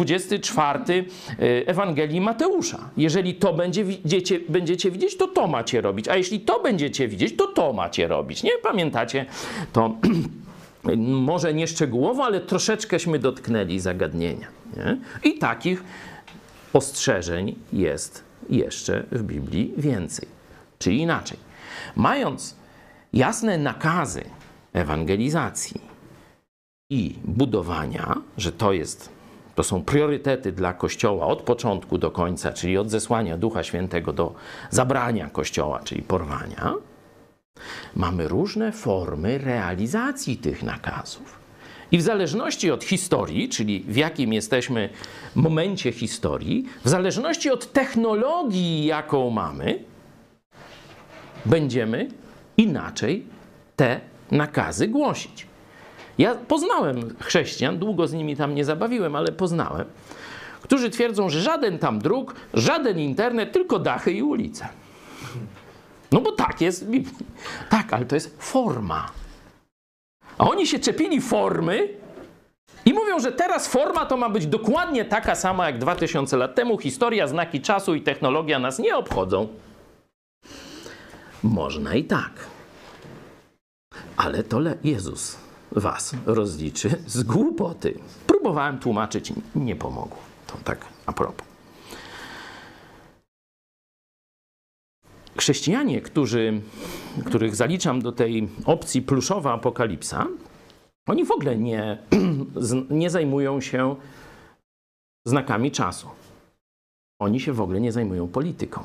24 Ewangelii Mateusza. Jeżeli to będziecie widzieć, to macie robić. A jeśli to będziecie widzieć, to macie robić. Nie pamiętacie? To może nie szczegółowo, ale troszeczkęśmy dotknęli zagadnienia. Nie? I takich ostrzeżeń jest jeszcze w Biblii więcej. Czyli inaczej. Mając jasne nakazy ewangelizacji i budowania, że to są priorytety dla Kościoła od początku do końca, czyli od zesłania Ducha Świętego do zabrania Kościoła, czyli porwania, mamy różne formy realizacji tych nakazów. I w zależności od historii, czyli w jakim jesteśmy momencie historii, w zależności od technologii, jaką mamy, będziemy inaczej te nakazy głosić. Ja poznałem chrześcijan, długo z nimi tam nie zabawiłem, ale poznałem, którzy twierdzą, że żaden tam dróg, żaden internet, tylko dachy i ulice. No bo tak jest w Biblii. Tak, ale to jest forma. A oni się czepili formy i mówią, że teraz forma to ma być dokładnie taka sama jak 2000 lat temu. Historia, znaki czasu i technologia nas nie obchodzą. Można i tak. Ale to Jezus was rozliczy z głupoty. Próbowałem tłumaczyć, nie pomogło. To tak a propos. Chrześcijanie, których zaliczam do tej opcji pluszowa apokalipsa, oni w ogóle nie zajmują się znakami czasu. Oni się w ogóle nie zajmują polityką.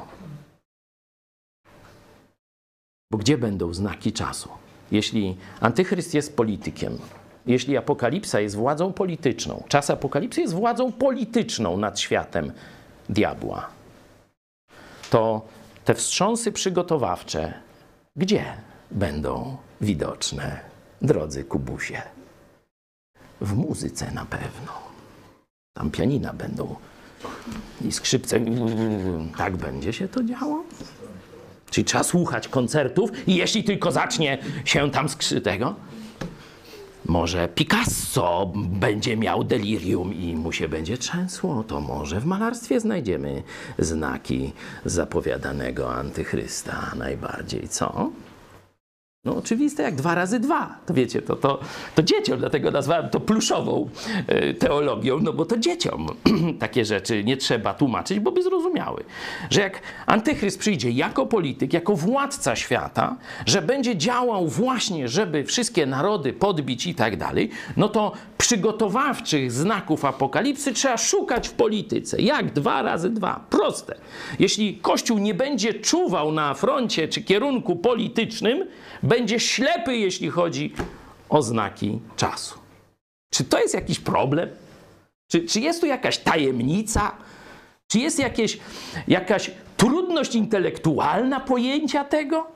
Bo gdzie będą znaki czasu? Jeśli antychryst jest politykiem, jeśli apokalipsa jest władzą polityczną, czas apokalipsy jest władzą polityczną nad światem diabła, to te wstrząsy przygotowawcze gdzie będą widoczne, drodzy Kubusie? W muzyce na pewno. Tam pianina będą i skrzypce. Tak będzie się to działo? Czyli trzeba słuchać koncertów i jeśli tylko zacznie się tam tego, może Picasso będzie miał delirium i mu się będzie trzęsło, to może w malarstwie znajdziemy znaki zapowiadanego antychrysta najbardziej, co? No oczywiste jak 2 razy 2. To wiecie, to dzieciom, dlatego nazwałem to pluszową teologią, no bo to dzieciom takie rzeczy nie trzeba tłumaczyć, bo by zrozumiały. Że jak antychryst przyjdzie jako polityk, jako władca świata, że będzie działał właśnie, żeby wszystkie narody podbić i tak dalej, no to przygotowawczych znaków apokalipsy trzeba szukać w polityce. Jak 2 razy 2? Proste. Jeśli Kościół nie będzie czuwał na froncie czy kierunku politycznym, będzie ślepy, jeśli chodzi o znaki czasu. Czy to jest jakiś problem? Czy jest tu jakaś tajemnica? Czy jest jakaś trudność intelektualna pojęcia tego?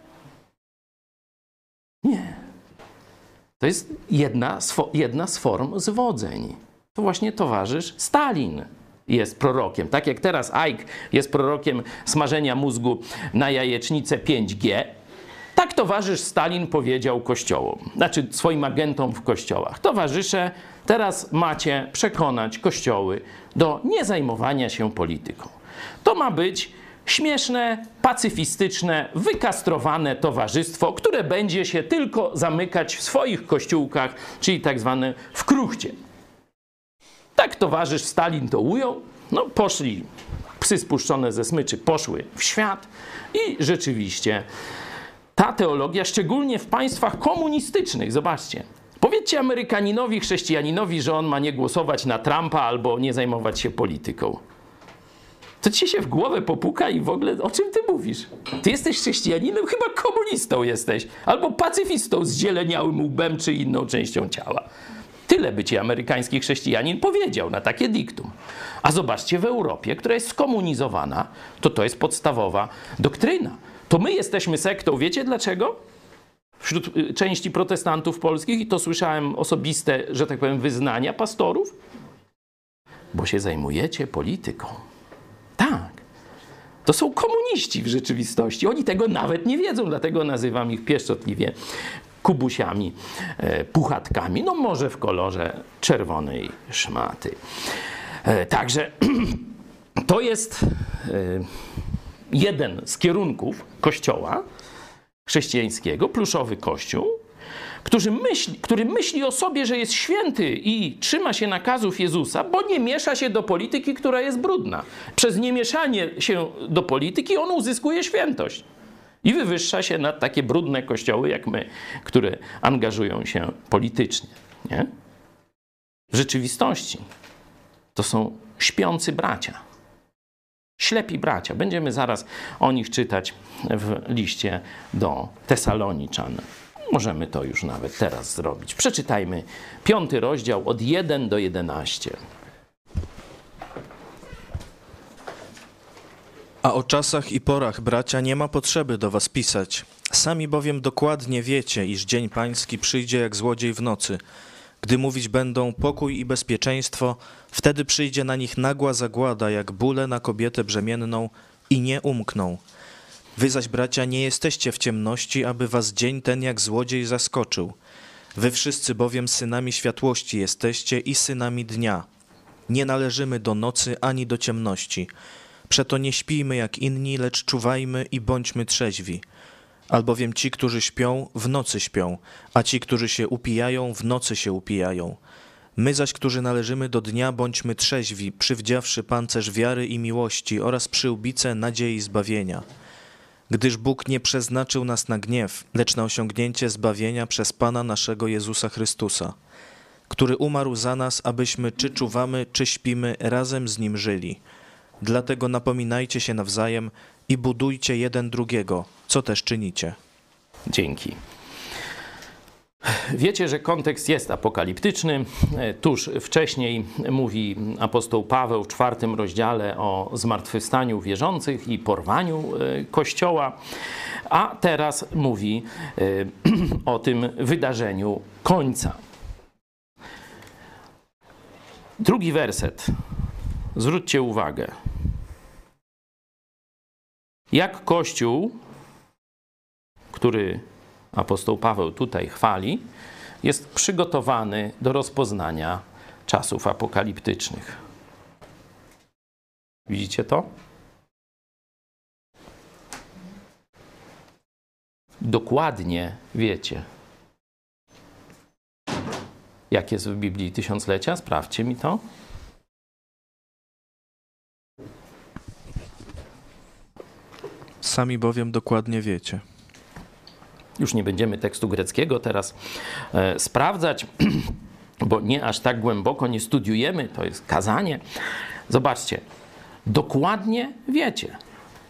Nie. To jest jedna z form zwodzeń. To właśnie towarzysz Stalin jest prorokiem. Tak jak teraz Ike jest prorokiem smażenia mózgu na jajecznicę 5G, tak towarzysz Stalin powiedział kościołom, znaczy swoim agentom w kościołach. Towarzysze, teraz macie przekonać kościoły do niezajmowania się polityką. To ma być śmieszne, pacyfistyczne, wykastrowane towarzystwo, które będzie się tylko zamykać w swoich kościółkach, czyli tak zwane w kruchcie. Tak towarzysz Stalin to ujął. No poszli, psy spuszczone ze smyczy poszły w świat i rzeczywiście ta teologia, szczególnie w państwach komunistycznych, zobaczcie, powiedzcie Amerykaninowi, chrześcijaninowi, że on ma nie głosować na Trumpa albo nie zajmować się polityką. To ci się w głowę popuka i w ogóle o czym ty mówisz? Ty jesteś chrześcijaninem? Chyba komunistą jesteś. Albo pacyfistą z zieleniałym łbem czy inną częścią ciała. Tyle by ci amerykański chrześcijanin powiedział na takie diktum. A zobaczcie w Europie, która jest skomunizowana, to jest podstawowa doktryna. To my jesteśmy sektą, wiecie dlaczego? Wśród części protestantów polskich, i to słyszałem osobiste, że tak powiem, wyznania pastorów, bo się zajmujecie polityką. Tak. To są komuniści w rzeczywistości. Oni tego nawet nie wiedzą, dlatego nazywam ich pieszczotliwie kubusiami, puchatkami. No może w kolorze czerwonej szmaty. Także to jest jeden z kierunków Kościoła chrześcijańskiego, pluszowy Kościół, który myśli o sobie, że jest święty i trzyma się nakazów Jezusa, bo nie miesza się do polityki, która jest brudna. Przez niemieszanie się do polityki on uzyskuje świętość i wywyższa się nad takie brudne kościoły jak my, które angażują się politycznie. Nie? W rzeczywistości to są śpiący bracia. Ślepi bracia. Będziemy zaraz o nich czytać w liście do Tesaloniczan. Możemy to już nawet teraz zrobić. Przeczytajmy 5 rozdział od 1 do 11. A o czasach i porach, bracia, nie ma potrzeby do was pisać. Sami bowiem dokładnie wiecie, iż dzień pański przyjdzie jak złodziej w nocy. Gdy mówić będą pokój i bezpieczeństwo, wtedy przyjdzie na nich nagła zagłada, jak bóle na kobietę brzemienną i nie umkną. Wy zaś, bracia, nie jesteście w ciemności, aby was dzień ten jak złodziej zaskoczył. Wy wszyscy bowiem synami światłości jesteście i synami dnia. Nie należymy do nocy ani do ciemności. Przeto nie śpijmy jak inni, lecz czuwajmy i bądźmy trzeźwi. Albowiem ci, którzy śpią, w nocy śpią, a ci, którzy się upijają, w nocy się upijają. My zaś, którzy należymy do dnia, bądźmy trzeźwi, przywdziawszy pancerz wiary i miłości oraz przyłbicę nadziei zbawienia. Gdyż Bóg nie przeznaczył nas na gniew, lecz na osiągnięcie zbawienia przez Pana naszego Jezusa Chrystusa, który umarł za nas, abyśmy czy czuwamy, czy śpimy, razem z Nim żyli. Dlatego napominajcie się nawzajem i budujcie jeden drugiego, co też czynicie. Dzięki. Wiecie, że kontekst jest apokaliptyczny. Tuż wcześniej mówi apostoł Paweł w 4 rozdziale o zmartwychwstaniu wierzących i porwaniu Kościoła, a teraz mówi o tym wydarzeniu końca. Drugi werset. Zwróćcie uwagę. Jak Kościół, który apostoł Paweł tutaj chwali, jest przygotowany do rozpoznania czasów apokaliptycznych. Widzicie to? Dokładnie wiecie. Jak jest w Biblii Tysiąclecia? Sprawdźcie mi to. Sami bowiem dokładnie wiecie. Już nie będziemy tekstu greckiego teraz sprawdzać, bo nie aż tak głęboko nie studiujemy, to jest kazanie. Zobaczcie, dokładnie wiecie.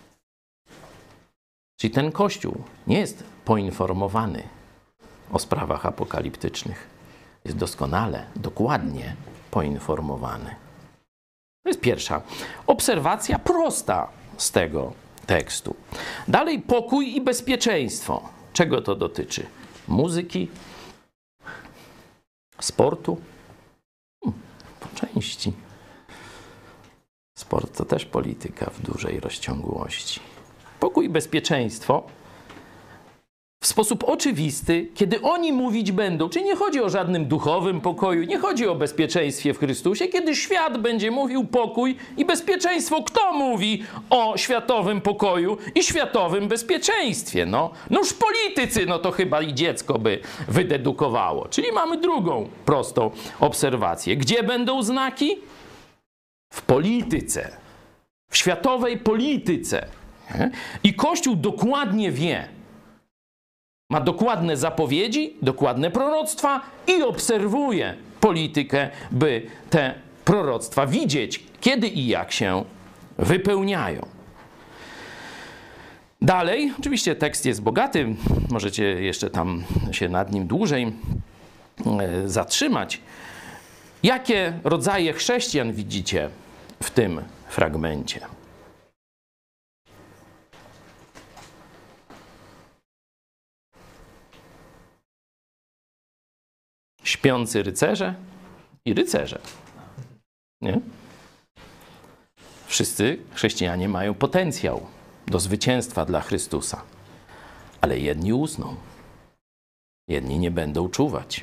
Czyli ten Kościół nie jest poinformowany o sprawach apokaliptycznych. Jest doskonale, dokładnie poinformowany. To jest pierwsza obserwacja prosta z tego tekstu. Dalej pokój i bezpieczeństwo. Czego to dotyczy? Muzyki? Sportu? Po części. Sport to też polityka w dużej rozciągłości. Pokój i bezpieczeństwo w sposób oczywisty, kiedy oni mówić będą, czyli nie chodzi o żadnym duchowym pokoju, nie chodzi o bezpieczeństwie w Chrystusie, kiedy świat będzie mówił pokój i bezpieczeństwo. Kto mówi o światowym pokoju i światowym bezpieczeństwie? Noż politycy, to chyba i dziecko by wydedukowało. Czyli mamy drugą prostą obserwację. Gdzie będą znaki? W polityce. W światowej polityce. I Kościół dokładnie wie, ma dokładne zapowiedzi, dokładne proroctwa i obserwuje politykę, by te proroctwa widzieć, kiedy i jak się wypełniają. Dalej, oczywiście tekst jest bogaty, możecie jeszcze tam się nad nim dłużej zatrzymać. Jakie rodzaje chrześcijan widzicie w tym fragmencie? Śpiący rycerze i rycerze. Nie? Wszyscy chrześcijanie mają potencjał do zwycięstwa dla Chrystusa. Ale jedni usną. Jedni nie będą czuwać.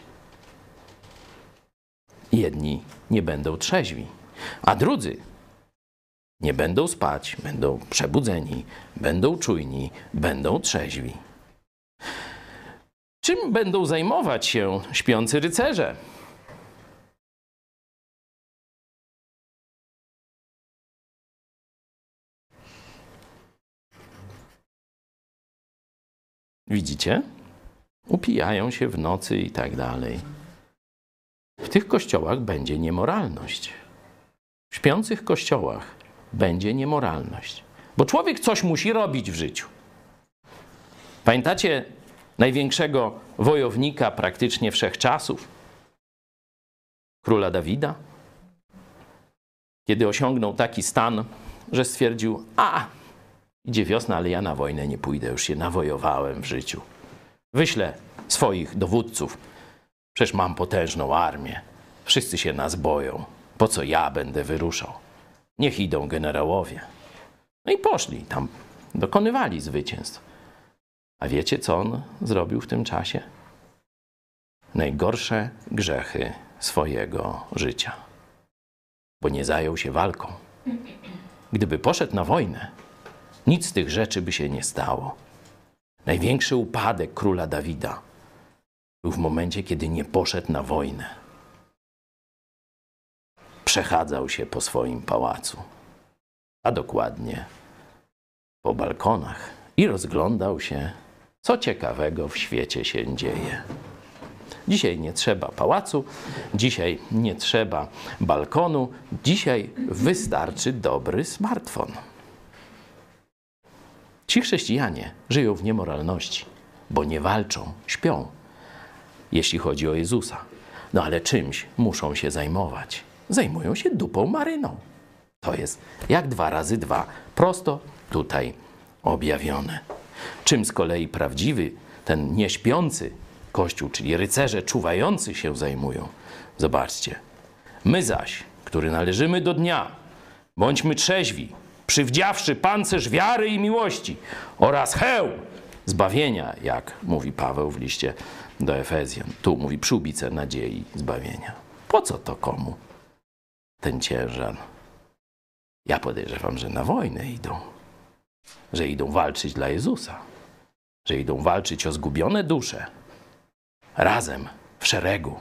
Jedni nie będą trzeźwi. A drudzy nie będą spać, będą przebudzeni, będą czujni, będą trzeźwi. Czym będą zajmować się śpiący rycerze? Widzicie? Upijają się w nocy i tak dalej. W tych kościołach będzie niemoralność. W śpiących kościołach będzie niemoralność. Bo człowiek coś musi robić w życiu. Pamiętacie największego wojownika praktycznie wszechczasów? Króla Dawida? Kiedy osiągnął taki stan, że stwierdził, idzie wiosna, ale ja na wojnę nie pójdę, już się nawojowałem w życiu. Wyślę swoich dowódców Przecież mam potężną armię. Wszyscy się nas boją. Po co ja będę wyruszał? Niech idą generałowie. No i poszli tam, dokonywali zwycięstw. A wiecie, co on zrobił w tym czasie? Najgorsze grzechy swojego życia. Bo nie zajął się walką. Gdyby poszedł na wojnę, nic z tych rzeczy by się nie stało. Największy upadek króla Dawida był w momencie, kiedy nie poszedł na wojnę. Przechadzał się po swoim pałacu, a dokładnie po balkonach i rozglądał się, co ciekawego w świecie się dzieje. Dzisiaj nie trzeba pałacu, dzisiaj nie trzeba balkonu, dzisiaj wystarczy dobry smartfon. Ci chrześcijanie żyją w niemoralności, bo nie walczą, śpią, jeśli chodzi o Jezusa. No ale czymś muszą się zajmować. Zajmują się dupą maryną. To jest jak 2 razy 2, prosto tutaj objawione. Czym z kolei prawdziwy, ten nieśpiący Kościół, czyli rycerze czuwający się zajmują. Zobaczcie. My zaś, który należymy do dnia, bądźmy trzeźwi, przywdziawszy pancerz wiary i miłości oraz hełm zbawienia, jak mówi Paweł w liście do Efezjan. Tu mówi przyłbicę nadziei zbawienia. Po co to komu? Ten ciężar. Ja podejrzewam, że na wojnę idą. Że idą walczyć dla Jezusa. Że idą walczyć o zgubione dusze. Razem, w szeregu.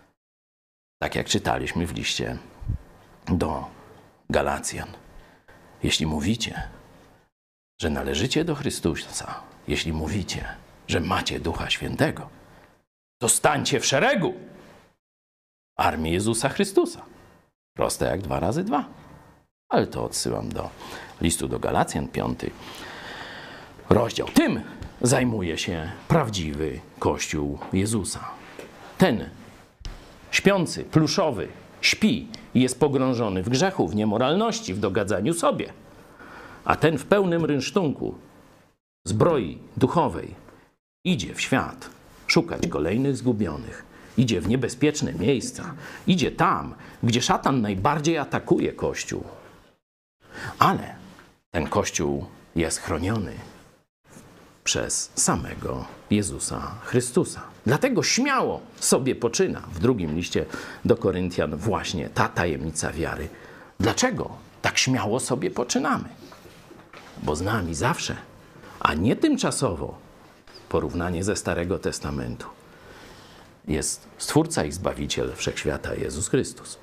Tak jak czytaliśmy w liście do Galacjan. Jeśli mówicie, że należycie do Chrystusa, jeśli mówicie, że macie Ducha Świętego, to stańcie w szeregu armii Jezusa Chrystusa. Proste jak 2 razy 2. Ale to odsyłam do listu do Galacjan, 5 rozdział. Tym zajmuje się prawdziwy Kościół Jezusa. Ten śpiący, pluszowy, śpi i jest pogrążony w grzechu, w niemoralności, w dogadzaniu sobie. A ten w pełnym rynsztunku zbroi duchowej idzie w świat szukać kolejnych zgubionych. Idzie w niebezpieczne miejsca. Idzie tam, gdzie szatan najbardziej atakuje Kościół. Ale ten Kościół jest chroniony przez samego Jezusa Chrystusa. Dlatego śmiało sobie poczyna w 2 liście do Koryntian właśnie ta tajemnica wiary. Dlaczego tak śmiało sobie poczynamy? Bo z nami zawsze, a nie tymczasowo, porównanie ze Starego Testamentu, jest Stwórca i Zbawiciel Wszechświata Jezus Chrystus.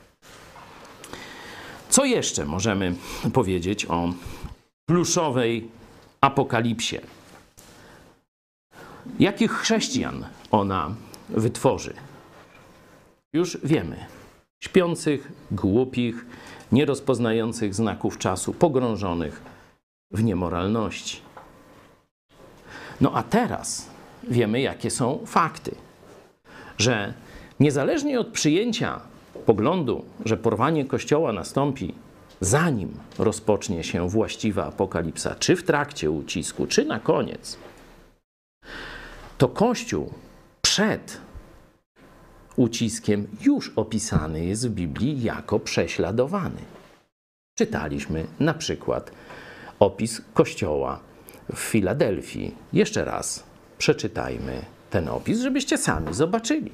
Co jeszcze możemy powiedzieć o pluszowej apokalipsie? Jakich chrześcijan ona wytworzy? Już wiemy. Śpiących, głupich, nierozpoznających znaków czasu, pogrążonych w niemoralności. No a teraz wiemy, jakie są fakty. Że niezależnie od przyjęcia poglądu, że porwanie Kościoła nastąpi, zanim rozpocznie się właściwa apokalipsa, czy w trakcie ucisku, czy na koniec, to Kościół przed uciskiem już opisany jest w Biblii jako prześladowany. Czytaliśmy na przykład opis Kościoła w Filadelfii. Jeszcze raz przeczytajmy ten opis, żebyście sami zobaczyli.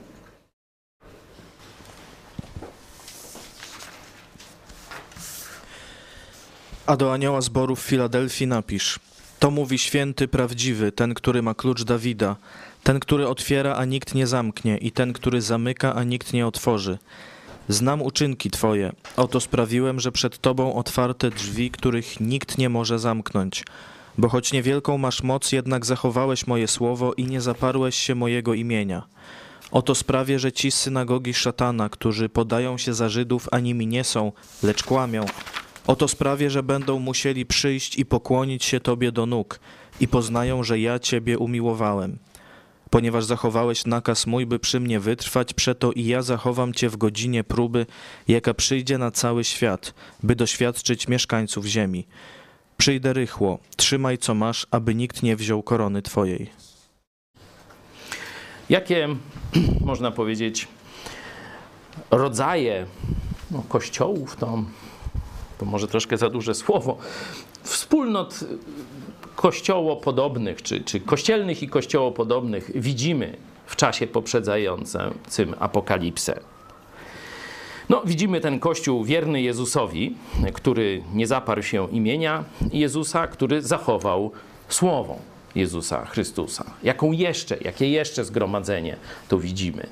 A do anioła zboru w Filadelfii napisz: to mówi święty, prawdziwy, ten, który ma klucz Dawida, ten, który otwiera, a nikt nie zamknie, i ten, który zamyka, a nikt nie otworzy. Znam uczynki Twoje. Oto sprawiłem, że przed Tobą otwarte drzwi, których nikt nie może zamknąć. Bo choć niewielką masz moc, jednak zachowałeś moje słowo i nie zaparłeś się mojego imienia. Oto sprawię, że ci z synagogi szatana, którzy podają się za Żydów, a nimi nie są, lecz kłamią. Oto sprawię, że będą musieli przyjść i pokłonić się Tobie do nóg i poznają, że ja Ciebie umiłowałem. Ponieważ zachowałeś nakaz mój, by przy mnie wytrwać, przeto i ja zachowam Cię w godzinie próby, jaka przyjdzie na cały świat, by doświadczyć mieszkańców ziemi. Przyjdę rychło, trzymaj co masz, aby nikt nie wziął korony Twojej. Jakie, można powiedzieć, rodzaje kościołów, to może troszkę za duże słowo, wspólnot kościołopodobnych, czy kościelnych i kościołopodobnych widzimy w czasie poprzedzającym apokalipsę. No, widzimy ten Kościół wierny Jezusowi, który nie zaparł się imienia Jezusa, który zachował słowo Jezusa Chrystusa. Jakie jeszcze zgromadzenie tu widzimy?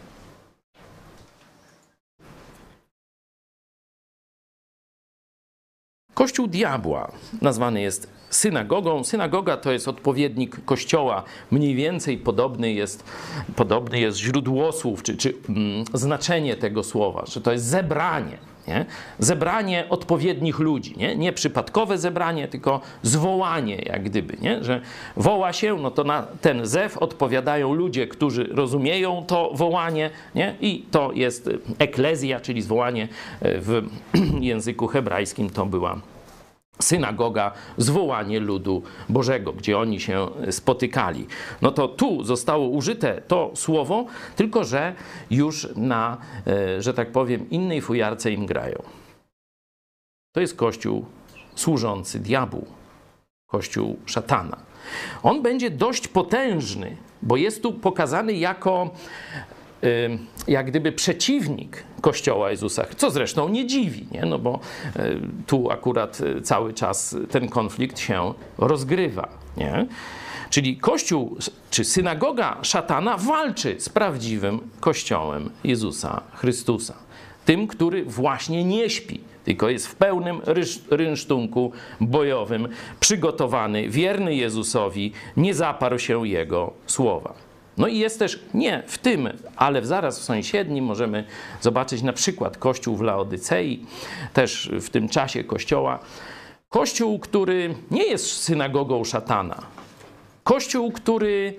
Kościół diabła nazwany jest synagogą. Synagoga to jest odpowiednik kościoła. Mniej więcej podobny jest źródłosłów, czy znaczenie tego słowa, że to jest zebranie. Nie? Zebranie odpowiednich ludzi. Nie przypadkowe zebranie, tylko zwołanie jak gdyby. Nie? Że woła się, no to na ten zew odpowiadają ludzie, którzy rozumieją to wołanie. Nie? I to jest eklezja, czyli zwołanie w języku hebrajskim to była synagoga, zwołanie ludu Bożego, gdzie oni się spotykali. No to tu zostało użyte to słowo, tylko że już na, że tak powiem, innej fujarce im grają. To jest kościół służący diabłu, kościół szatana. On będzie dość potężny, bo jest tu pokazany jako jak gdyby przeciwnik Kościoła Jezusa, co zresztą nie dziwi, nie? No bo tu akurat cały czas ten konflikt się rozgrywa. Nie? Czyli Kościół czy synagoga szatana walczy z prawdziwym Kościołem Jezusa Chrystusa. Tym, który właśnie nie śpi, tylko jest w pełnym rynsztunku bojowym, przygotowany, wierny Jezusowi, nie zaparł się Jego słowa. No i jest też nie w tym, ale w zaraz sąsiednim możemy zobaczyć na przykład kościół w Laodycei, też w tym czasie kościoła. Kościół, który nie jest synagogą szatana. Kościół, który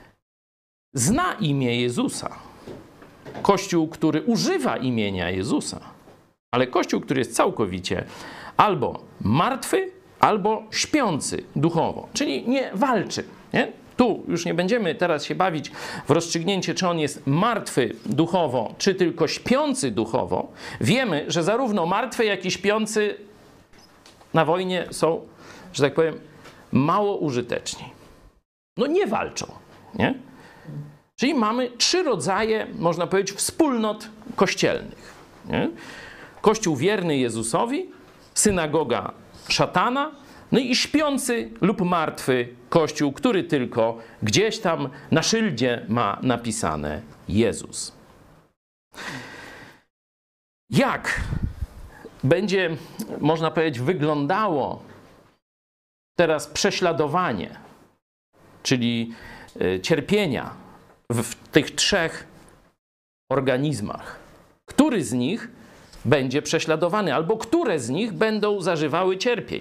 zna imię Jezusa. Kościół, który używa imienia Jezusa. Ale kościół, który jest całkowicie albo martwy, albo śpiący duchowo. Czyli nie walczy, nie? Tu już nie będziemy teraz się bawić w rozstrzygnięcie, czy on jest martwy duchowo, czy tylko śpiący duchowo. Wiemy, że zarówno martwy, jak i śpiący na wojnie są, że tak powiem, mało użyteczni. No nie walczą, nie? Czyli mamy 3 rodzaje, można powiedzieć, wspólnot kościelnych. Nie? Kościół wierny Jezusowi, synagoga szatana, no i śpiący lub martwy kościół, który tylko gdzieś tam na szyldzie ma napisane Jezus. Jak będzie, można powiedzieć, wyglądało teraz prześladowanie, czyli cierpienia w tych 3 organizmach? Który z nich będzie prześladowany, albo które z nich będą zażywały cierpień?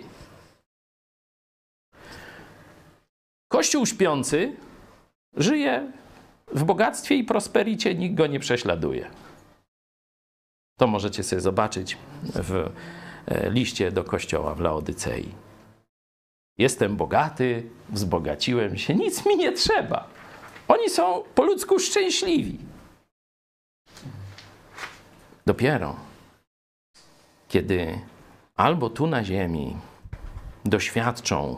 Kościół śpiący żyje w bogactwie i prospericie, nikt go nie prześladuje. To możecie sobie zobaczyć w liście do kościoła w Laodycei. Jestem bogaty, wzbogaciłem się, nic mi nie trzeba. Oni są po ludzku szczęśliwi. Dopiero kiedy albo tu na ziemi doświadczą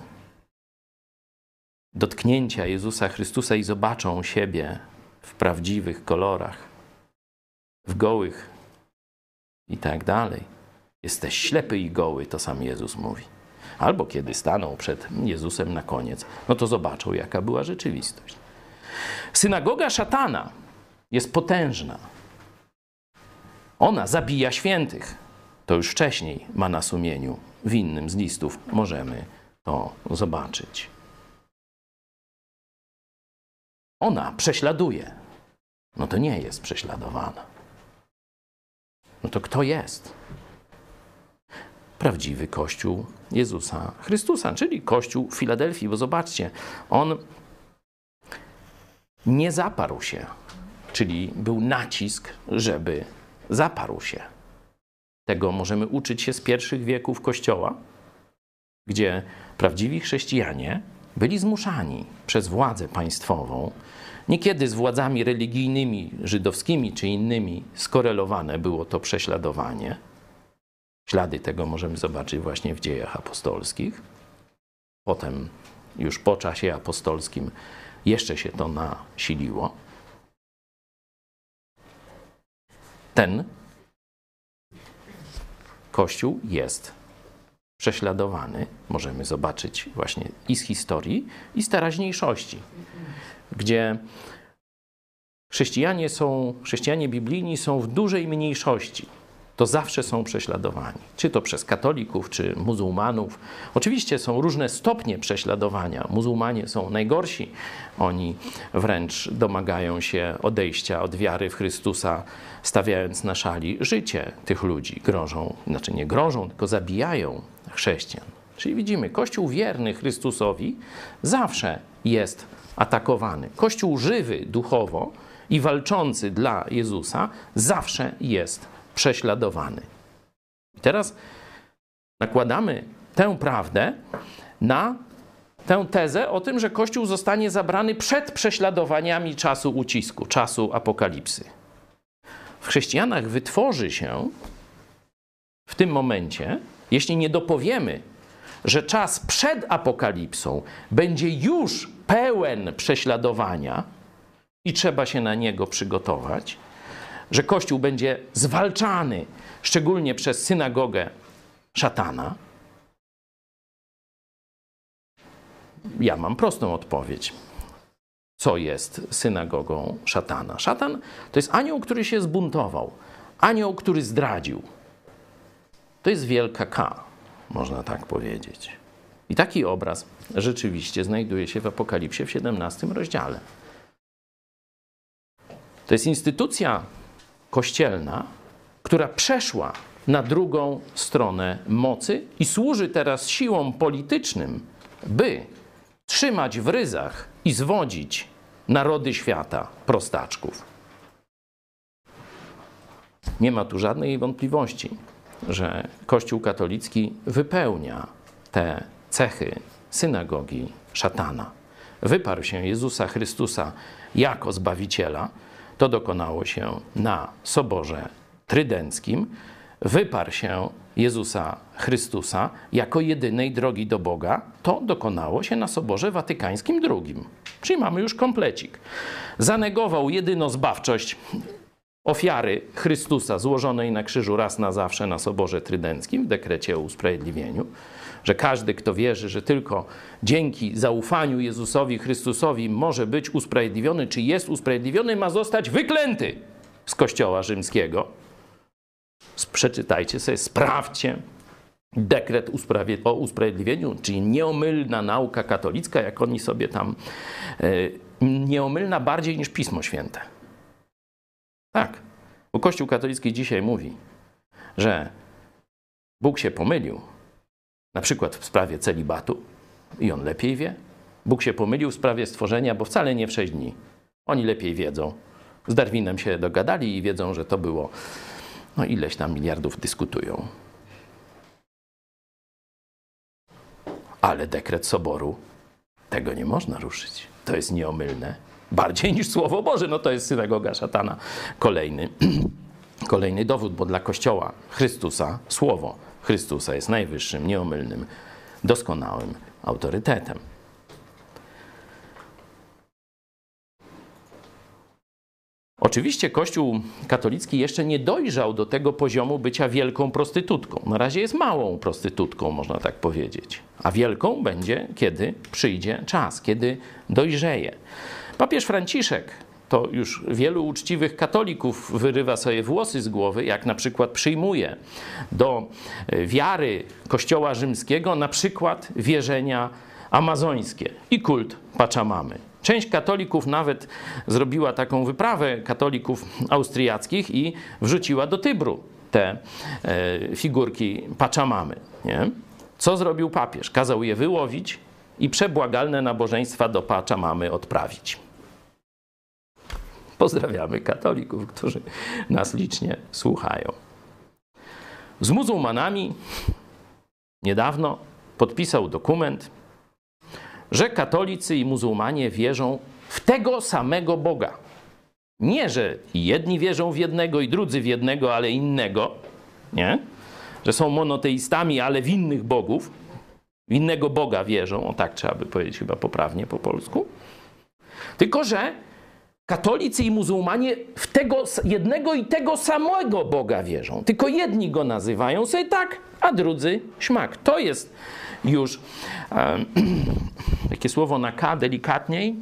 dotknięcia Jezusa Chrystusa i zobaczą siebie w prawdziwych kolorach, w gołych i tak dalej. Jesteś ślepy i goły, to sam Jezus mówi. Albo kiedy staną przed Jezusem na koniec, no to zobaczą, jaka była rzeczywistość. Synagoga szatana jest potężna. Ona zabija świętych. To już wcześniej ma na sumieniu. W innym z listów możemy to zobaczyć. Ona prześladuje. No to nie jest prześladowana. No to kto jest? Prawdziwy Kościół Jezusa Chrystusa, czyli Kościół w Filadelfii. Bo zobaczcie, on nie zaparł się, czyli był nacisk, żeby zaparł się. Tego możemy uczyć się z pierwszych wieków Kościoła, gdzie prawdziwi chrześcijanie byli zmuszani przez władzę państwową Niekiedy z władzami religijnymi, żydowskimi czy innymi skorelowane było to prześladowanie. Ślady tego możemy zobaczyć właśnie w Dziejach Apostolskich. Potem już po czasie apostolskim jeszcze się to nasiliło. Ten Kościół jest prześladowany, możemy zobaczyć właśnie i z historii, i z teraźniejszości, gdzie chrześcijanie biblijni są w dużej mniejszości. To zawsze są prześladowani. Czy to przez katolików, czy muzułmanów. Oczywiście są różne stopnie prześladowania. Muzułmanie są najgorsi. Oni wręcz domagają się odejścia od wiary w Chrystusa, stawiając na szali życie tych ludzi. Grożą, znaczy nie grożą, tylko zabijają chrześcijan. Czyli widzimy, Kościół wierny Chrystusowi zawsze jest atakowany. Kościół żywy duchowo i walczący dla Jezusa zawsze jest prześladowany. I teraz nakładamy tę prawdę na tę tezę o tym, że Kościół zostanie zabrany przed prześladowaniami czasu ucisku, czasu apokalipsy. W chrześcijanach wytworzy się w tym momencie, jeśli nie dopowiemy, że czas przed apokalipsą będzie już pełen prześladowania i trzeba się na niego przygotować, że Kościół będzie zwalczany, szczególnie przez synagogę szatana. Ja mam prostą odpowiedź. Co jest synagogą szatana? Szatan to jest anioł, który się zbuntował. Anioł, który zdradził. To jest wielka K, można tak powiedzieć. I taki obraz rzeczywiście znajduje się w Apokalipsie w 17 rozdziale. To jest instytucja kościelna, która przeszła na drugą stronę mocy i służy teraz siłom politycznym, by trzymać w ryzach i zwodzić narody świata, prostaczków. Nie ma tu żadnej wątpliwości, że Kościół katolicki wypełnia te cechy synagogi szatana. Wyparł się Jezusa Chrystusa jako Zbawiciela. To dokonało się na Soborze Trydenckim. Wyparł się Jezusa Chrystusa jako jedynej drogi do Boga. To dokonało się na Soborze Watykańskim II. Czyli mamy już komplecik. Zanegował jedynozbawczość ofiary Chrystusa złożonej na krzyżu raz na zawsze na Soborze Trydenckim w dekrecie o usprawiedliwieniu, że każdy, kto wierzy, że tylko dzięki zaufaniu Jezusowi Chrystusowi może być usprawiedliwiony, czy jest usprawiedliwiony, ma zostać wyklęty z Kościoła rzymskiego. Przeczytajcie sobie, sprawdźcie dekret o usprawiedliwieniu, czyli nieomylna nauka katolicka, jak oni sobie tam, nieomylna bardziej niż Pismo Święte. Tak, bo Kościół katolicki dzisiaj mówi, że Bóg się pomylił, na przykład w sprawie celibatu i on lepiej wie. Bóg się pomylił w sprawie stworzenia, bo wcale nie w 6 dni. Oni lepiej wiedzą. Z Darwinem się dogadali i wiedzą, że to było, no ileś tam miliardów dyskutują. Ale dekret Soboru, tego nie można ruszyć. To jest nieomylne. Bardziej niż Słowo Boże, no to jest synagoga szatana. Kolejny dowód, bo dla Kościoła Chrystusa Słowo Chrystusa jest najwyższym, nieomylnym, doskonałym autorytetem. Oczywiście Kościół katolicki jeszcze nie dojrzał do tego poziomu bycia wielką prostytutką. Na razie jest małą prostytutką, można tak powiedzieć. A wielką będzie, kiedy przyjdzie czas, kiedy dojrzeje. Papież Franciszek, to już wielu uczciwych katolików wyrywa sobie włosy z głowy, jak na przykład przyjmuje do wiary Kościoła rzymskiego na przykład wierzenia amazońskie i kult Pachamamy. Część katolików nawet zrobiła taką wyprawę katolików austriackich i wrzuciła do Tybru te figurki Pachamamy. Nie? Co zrobił papież? Kazał je wyłowić i przebłagalne nabożeństwa do Pachamamy odprawić. Pozdrawiamy katolików, którzy nas licznie słuchają. Z muzułmanami niedawno podpisał dokument, że katolicy i muzułmanie wierzą w tego samego Boga. Nie, że jedni wierzą w jednego i drudzy w jednego, ale innego, nie? Że są monoteistami, ale w innych bogów, w innego Boga wierzą, o tak trzeba by powiedzieć chyba poprawnie po polsku. Tylko że katolicy i muzułmanie w tego jednego i tego samego Boga wierzą. Tylko jedni go nazywają sobie tak, a drudzy śmak. To jest już takie słowo na K delikatniej.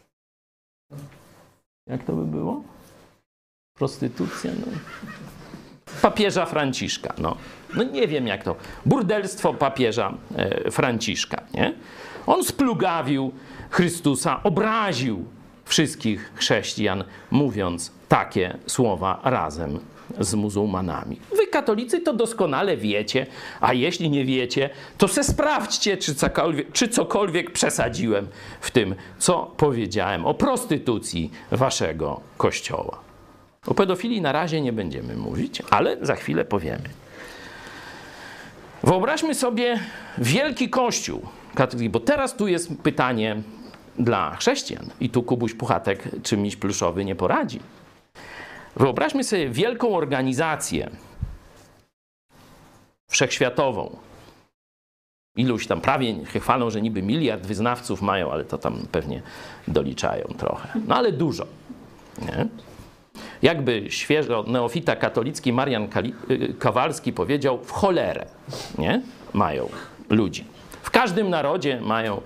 Jak to by było? Prostytucja? No. Papieża Franciszka. No nie wiem jak to. Burdelstwo papieża Franciszka. Nie? On splugawił Chrystusa, obraził wszystkich chrześcijan, mówiąc takie słowa razem z muzułmanami. Wy katolicy to doskonale wiecie, a jeśli nie wiecie, to se sprawdźcie, czy cokolwiek przesadziłem w tym, co powiedziałem o prostytucji waszego kościoła. O pedofilii na razie nie będziemy mówić, ale za chwilę powiemy. Wyobraźmy sobie wielki kościół katolicki, bo teraz tu jest pytanie dla chrześcijan i tu Kubuś Puchatek czy miś pluszowy nie poradzi. Wyobraźmy sobie wielką organizację wszechświatową. Iluś tam prawie chwalą, że niby 1 miliard wyznawców mają, ale to tam pewnie doliczają trochę. No ale dużo. Nie? Jakby świeżo neofita katolicki Marian Kowalski powiedział, w cholerę nie? Mają ludzi. W każdym narodzie mają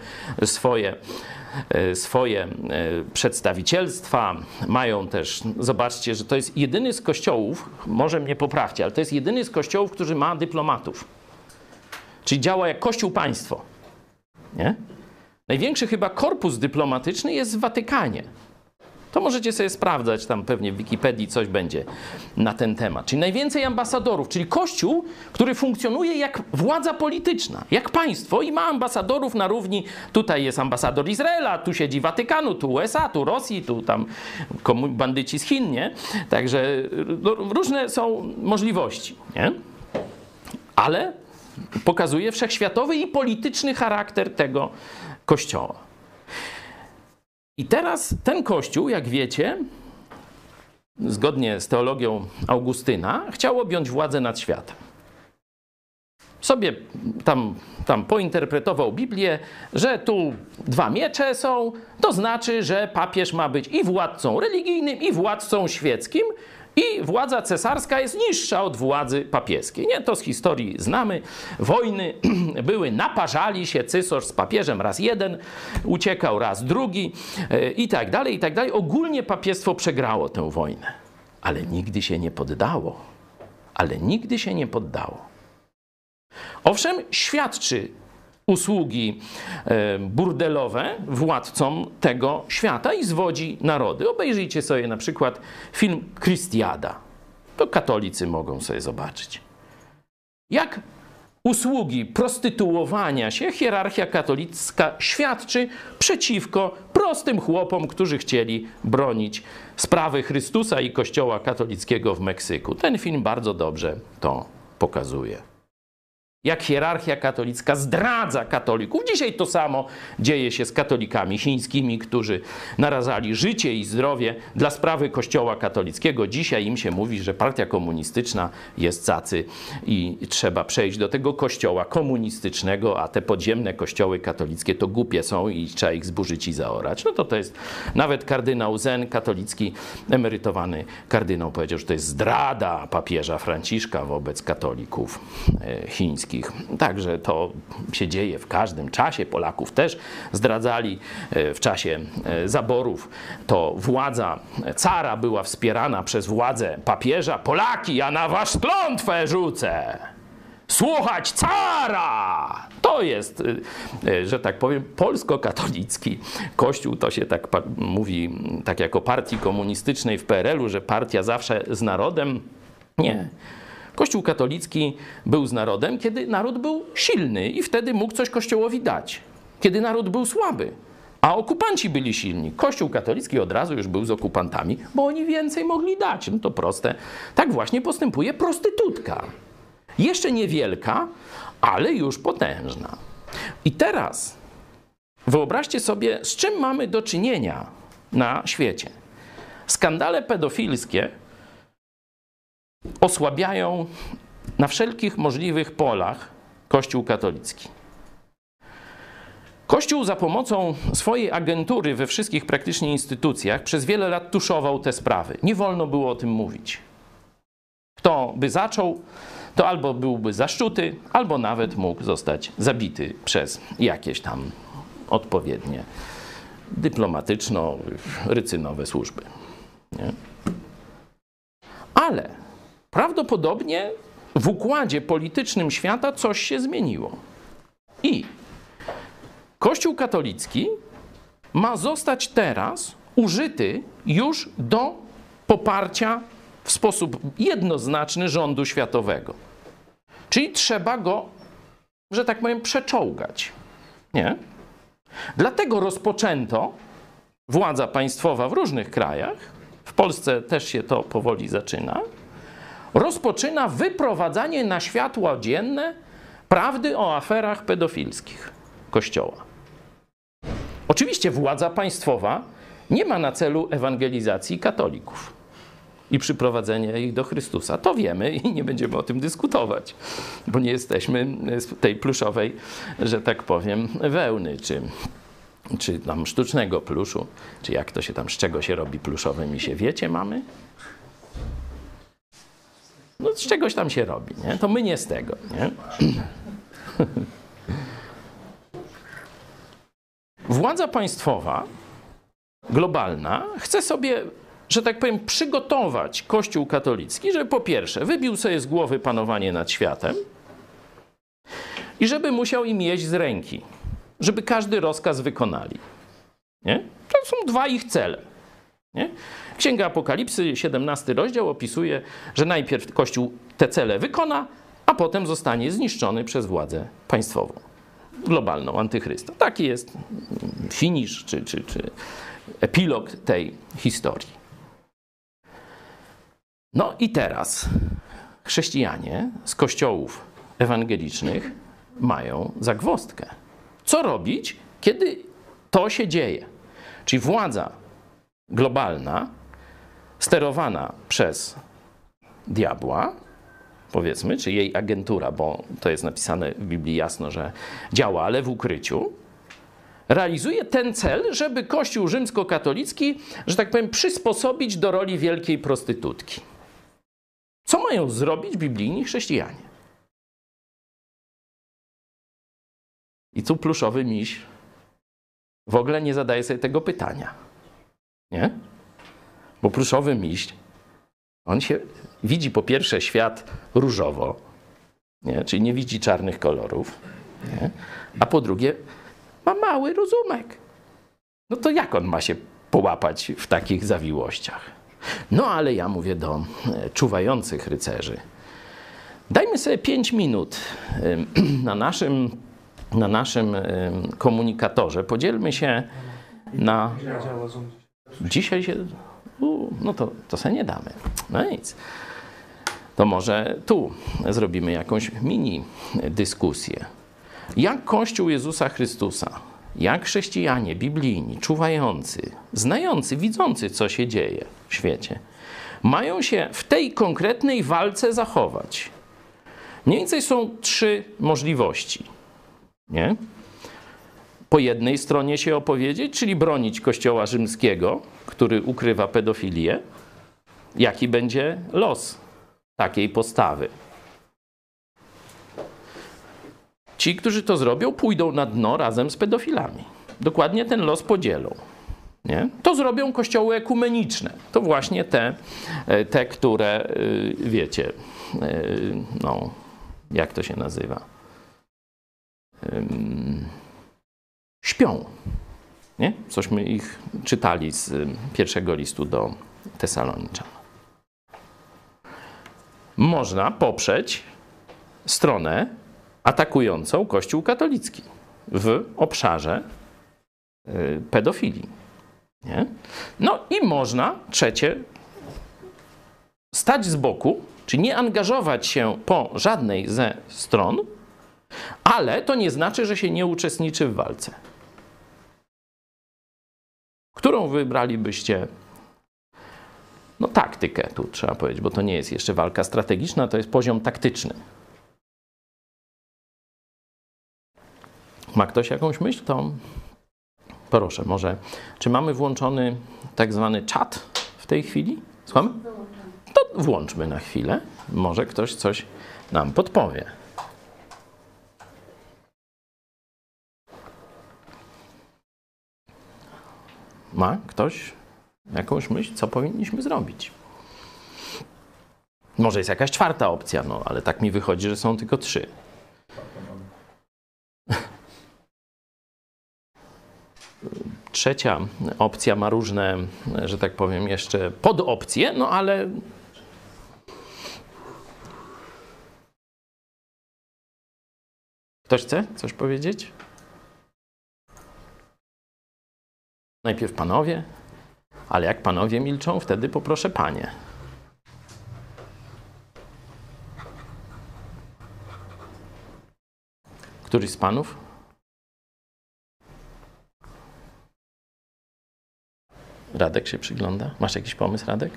swoje przedstawicielstwa, mają też, zobaczcie, że to jest jedyny z kościołów, może mnie poprawcie, ale to jest jedyny z kościołów, który ma dyplomatów. Czyli działa jak kościół państwo. Nie? Największy chyba korpus dyplomatyczny jest w Watykanie. To możecie sobie sprawdzać, tam pewnie w Wikipedii coś będzie na ten temat. Czyli najwięcej ambasadorów, czyli kościół, który funkcjonuje jak władza polityczna, jak państwo i ma ambasadorów na równi. Tutaj jest ambasador Izraela, tu siedzi Watykanu, tu USA, tu Rosji, tu tam bandyci z Chin, nie? Także no, różne są możliwości, nie? Ale pokazuje wszechświatowy i polityczny charakter tego kościoła. I teraz ten kościół, jak wiecie, zgodnie z teologią Augustyna, chciał objąć władzę nad światem. Sobie tam pointerpretował Biblię, że tu 2 miecze są, to znaczy, że papież ma być i władcą religijnym, i władcą świeckim, i władza cesarska jest niższa od władzy papieskiej. Nie, to z historii znamy. Wojny były, naparzali się cesarz z papieżem, raz jeden uciekał, raz drugi i tak dalej, i tak dalej. Ogólnie papiestwo przegrało tę wojnę, ale nigdy się nie poddało. Ale nigdy się nie poddało. Owszem, świadczy usługi burdelowe władcom tego świata i zwodzi narody. Obejrzyjcie sobie na przykład film Christiada. To katolicy mogą sobie zobaczyć. Jak usługi prostytuowania się hierarchia katolicka świadczy przeciwko prostym chłopom, którzy chcieli bronić sprawy Chrystusa i Kościoła katolickiego w Meksyku. Ten film bardzo dobrze to pokazuje. Jak hierarchia katolicka zdradza katolików. Dzisiaj to samo dzieje się z katolikami chińskimi, którzy narażali życie i zdrowie dla sprawy Kościoła katolickiego. Dzisiaj im się mówi, że partia komunistyczna jest cacy i trzeba przejść do tego kościoła komunistycznego, a te podziemne kościoły katolickie to głupie są i trzeba ich zburzyć i zaorać. No to jest nawet kardynał Zen, katolicki, emerytowany kardynał, powiedział, że to jest zdrada papieża Franciszka wobec katolików chińskich. Także to się dzieje w każdym czasie. Polaków też zdradzali w czasie zaborów. To władza cara była wspierana przez władzę papieża. Polaki, ja na was klątwę rzucę! Słuchać cara! To jest, że tak powiem, polsko-katolicki kościół. To się tak mówi, tak jak o partii komunistycznej w PRL-u, że partia zawsze z narodem. Nie. Kościół katolicki był z narodem, kiedy naród był silny i wtedy mógł coś Kościołowi dać. Kiedy naród był słaby, a okupanci byli silni. Kościół katolicki od razu już był z okupantami, bo oni więcej mogli dać. No to proste. Tak właśnie postępuje prostytutka. Jeszcze niewielka, ale już potężna. I teraz wyobraźcie sobie, z czym mamy do czynienia na świecie. Skandale pedofilskie osłabiają na wszelkich możliwych polach Kościół katolicki. Kościół za pomocą swojej agentury we wszystkich praktycznie instytucjach przez wiele lat tuszował te sprawy. Nie wolno było o tym mówić. Kto by zaczął, to albo byłby zaszczuty, albo nawet mógł zostać zabity przez jakieś tam odpowiednie dyplomatyczno-rycynowe służby. Nie? Ale prawdopodobnie w układzie politycznym świata coś się zmieniło. I Kościół katolicki ma zostać teraz użyty już do poparcia w sposób jednoznaczny rządu światowego. Czyli trzeba go, że tak powiem, przeczołgać. Nie? Dlatego rozpoczęto władza państwowa w różnych krajach, w Polsce też się to powoli zaczyna, rozpoczyna wyprowadzanie na światło dzienne prawdy o aferach pedofilskich Kościoła. Oczywiście władza państwowa nie ma na celu ewangelizacji katolików i przyprowadzenia ich do Chrystusa. To wiemy i nie będziemy o tym dyskutować, bo nie jesteśmy z tej pluszowej, że tak powiem, wełny, czy tam sztucznego pluszu, czy jak to się tam, z czego się robi pluszowe misie, wiecie, mamy? No z czegoś tam się robi, nie? To my nie z tego, nie? Władza państwowa, globalna, chce sobie, że tak powiem, przygotować Kościół katolicki, żeby po pierwsze wybił sobie z głowy panowanie nad światem i żeby musiał im jeść z ręki, żeby każdy rozkaz wykonali. Nie? To są dwa ich cele. Nie? Księga Apokalipsy, 17 rozdział opisuje, że najpierw Kościół te cele wykona, a potem zostanie zniszczony przez władzę państwową, globalną, antychrysta. Taki jest finisz, czy epilog tej historii. No i teraz chrześcijanie z kościołów ewangelicznych mają zagwozdkę. Co robić, kiedy to się dzieje? Czyli władza globalna, sterowana przez diabła, powiedzmy, czy jej agentura, bo to jest napisane w Biblii jasno, że działa, ale w ukryciu, realizuje ten cel, żeby Kościół rzymskokatolicki, że tak powiem, przysposobić do roli wielkiej prostytutki. Co mają zrobić biblijni chrześcijanie? I tu pluszowy miś w ogóle nie zadaje sobie tego pytania. Nie? Bo pluszowy miś, on się widzi po pierwsze świat różowo, nie? Czyli nie widzi czarnych kolorów, nie? A po drugie ma mały rozumek. No to jak on ma się połapać w takich zawiłościach? No ale ja mówię do czuwających rycerzy. Dajmy sobie 5 minut na naszym komunikatorze. Podzielmy się na... Dzisiaj się... No to sobie nie damy. No nic. To może tu zrobimy jakąś mini dyskusję. Jak Kościół Jezusa Chrystusa, jak chrześcijanie biblijni, czuwający, znający, widzący, co się dzieje w świecie, mają się w tej konkretnej walce zachować? Mniej więcej są 3 możliwości. Nie? Po jednej stronie się opowiedzieć, czyli bronić Kościoła rzymskiego, który ukrywa pedofilię. Jaki będzie los takiej postawy? Ci, którzy to zrobią, pójdą na dno razem z pedofilami. Dokładnie ten los podzielą. Nie? To zrobią kościoły ekumeniczne. To właśnie te które, wiecie, no, jak to się nazywa? Śpią. Nie? Cośmy ich czytali z pierwszego listu do Tesaloniczan. Można poprzeć stronę atakującą Kościół katolicki w obszarze pedofilii. Nie? No i można, trzecie, stać z boku, czyli nie angażować się po żadnej ze stron, ale to nie znaczy, że się nie uczestniczy w walce. Którą wybralibyście? No taktykę tu trzeba powiedzieć, bo to nie jest jeszcze walka strategiczna, to jest poziom taktyczny. Ma ktoś jakąś myśl? To proszę, może. Czy mamy włączony tak zwany czat w tej chwili? Słuchamy? To włączmy na chwilę. Może ktoś coś nam podpowie. Ma ktoś jakąś myśl, co powinniśmy zrobić? Może jest jakaś czwarta opcja, no ale tak mi wychodzi, że są tylko 3. Trzecia opcja ma różne, że tak powiem, jeszcze podopcje, no ale ktoś chce coś powiedzieć? Najpierw panowie, ale jak panowie milczą, wtedy poproszę panie. Któryś z panów? Radek się przygląda. Masz jakiś pomysł, Radek?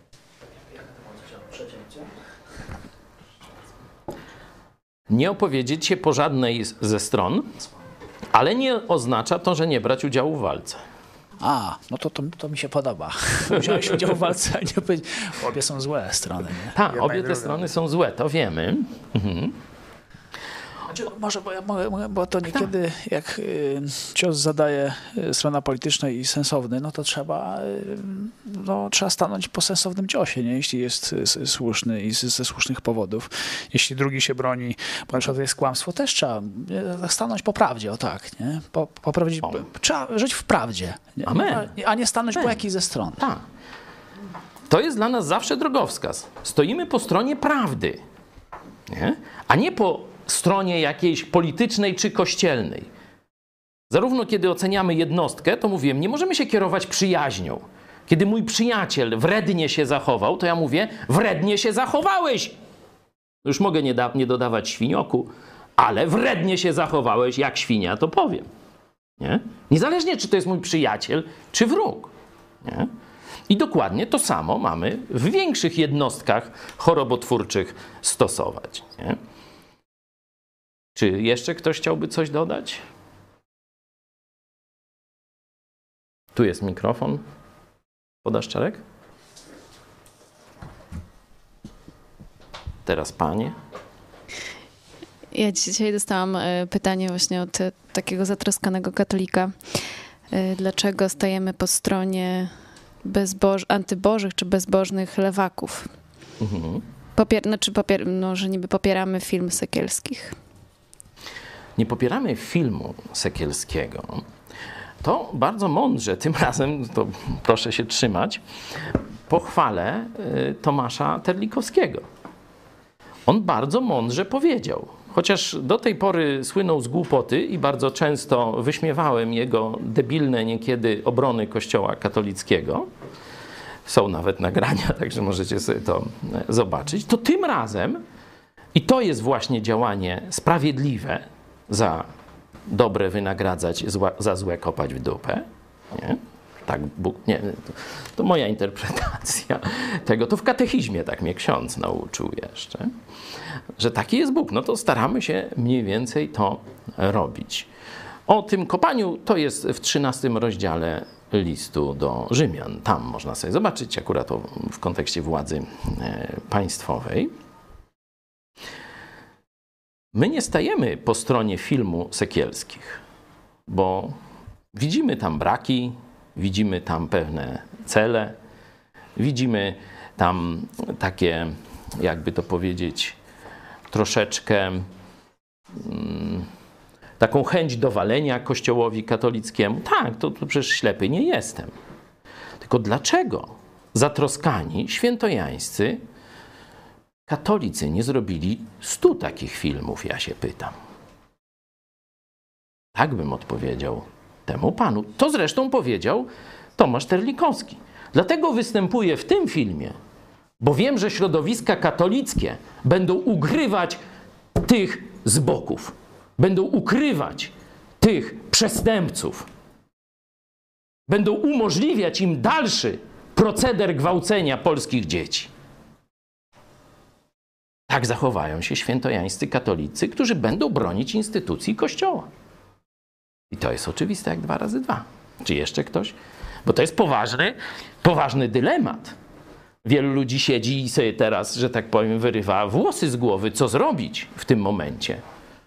Nie opowiedzieć się po żadnej ze stron, ale nie oznacza to, że nie brać udziału w walce. No to mi się podoba. Wziąłeś udział w walce, a nie powiedzieć, obie są złe strony. Nie? Tak, obie te strony są złe, to wiemy. Mhm. Znaczy, może, bo ja mogę, bo to niekiedy jak cios zadaje strona polityczna i sensowny, no to trzeba stanąć po sensownym ciosie, nie? Jeśli jest słuszny i ze słusznych powodów. Jeśli drugi się broni, bo na przykład jest kłamstwo, też trzeba stanąć po prawdzie, o tak, nie? Trzeba żyć w prawdzie, nie? Amen. A nie stanąć po jakiejś ze stron. Tak. To jest dla nas zawsze drogowskaz. Stoimy po stronie prawdy, nie? A nie po stronie jakiejś politycznej czy kościelnej. Zarówno kiedy oceniamy jednostkę, to mówiłem, nie możemy się kierować przyjaźnią. Kiedy mój przyjaciel wrednie się zachował, to ja mówię, wrednie się zachowałeś. Już mogę nie dodawać świnioku, ale wrednie się zachowałeś jak świnia, to powiem. Nie? Niezależnie, czy to jest mój przyjaciel, czy wróg. Nie? I dokładnie to samo mamy w większych jednostkach chorobotwórczych stosować. Nie? Czy jeszcze ktoś chciałby coś dodać? Tu jest mikrofon. Podasz, Czarek? Teraz panie. Ja dzisiaj dostałam pytanie właśnie od takiego zatroskanego katolika. Dlaczego stajemy po stronie antybożych czy bezbożnych lewaków? Mhm. Że niby popieramy film Sekielskich. Nie popieramy filmu Sekielskiego. To bardzo mądrze, tym razem, to proszę się trzymać, pochwalę Tomasza Terlikowskiego. On bardzo mądrze powiedział. Chociaż do tej pory słynął z głupoty i bardzo często wyśmiewałem jego debilne niekiedy obrony Kościoła katolickiego. Są nawet nagrania, także możecie sobie to zobaczyć. To tym razem, i to jest właśnie działanie sprawiedliwe, za dobre wynagradzać, za złe kopać w dupę. Nie? Tak Bóg, nie, to moja interpretacja tego. To w katechizmie tak mnie ksiądz nauczył jeszcze, że taki jest Bóg. No to staramy się mniej więcej to robić. O tym kopaniu to jest w 13 rozdziale listu do Rzymian. Tam można sobie zobaczyć akurat to w kontekście władzy państwowej. My nie stajemy po stronie filmu Sekielskich, bo widzimy tam braki, widzimy tam pewne cele, widzimy tam takie, jakby to powiedzieć, troszeczkę taką chęć dowalenia Kościołowi katolickiemu. Tak, to przecież ślepy nie jestem. Tylko dlaczego zatroskani, świętojańscy katolicy nie zrobili 100 takich filmów, ja się pytam. Tak bym odpowiedział temu panu. To zresztą powiedział Tomasz Terlikowski. Dlatego występuję w tym filmie, bo wiem, że środowiska katolickie będą ugrywać tych zboków. Będą ukrywać tych przestępców. Będą umożliwiać im dalszy proceder gwałcenia polskich dzieci. Tak zachowają się świętojańscy katolicy, którzy będą bronić instytucji Kościoła. I to jest oczywiste jak 2 razy 2. Czy jeszcze ktoś? Bo to jest poważny dylemat. Wielu ludzi siedzi i sobie teraz, że tak powiem, wyrywa włosy z głowy. Co zrobić w tym momencie?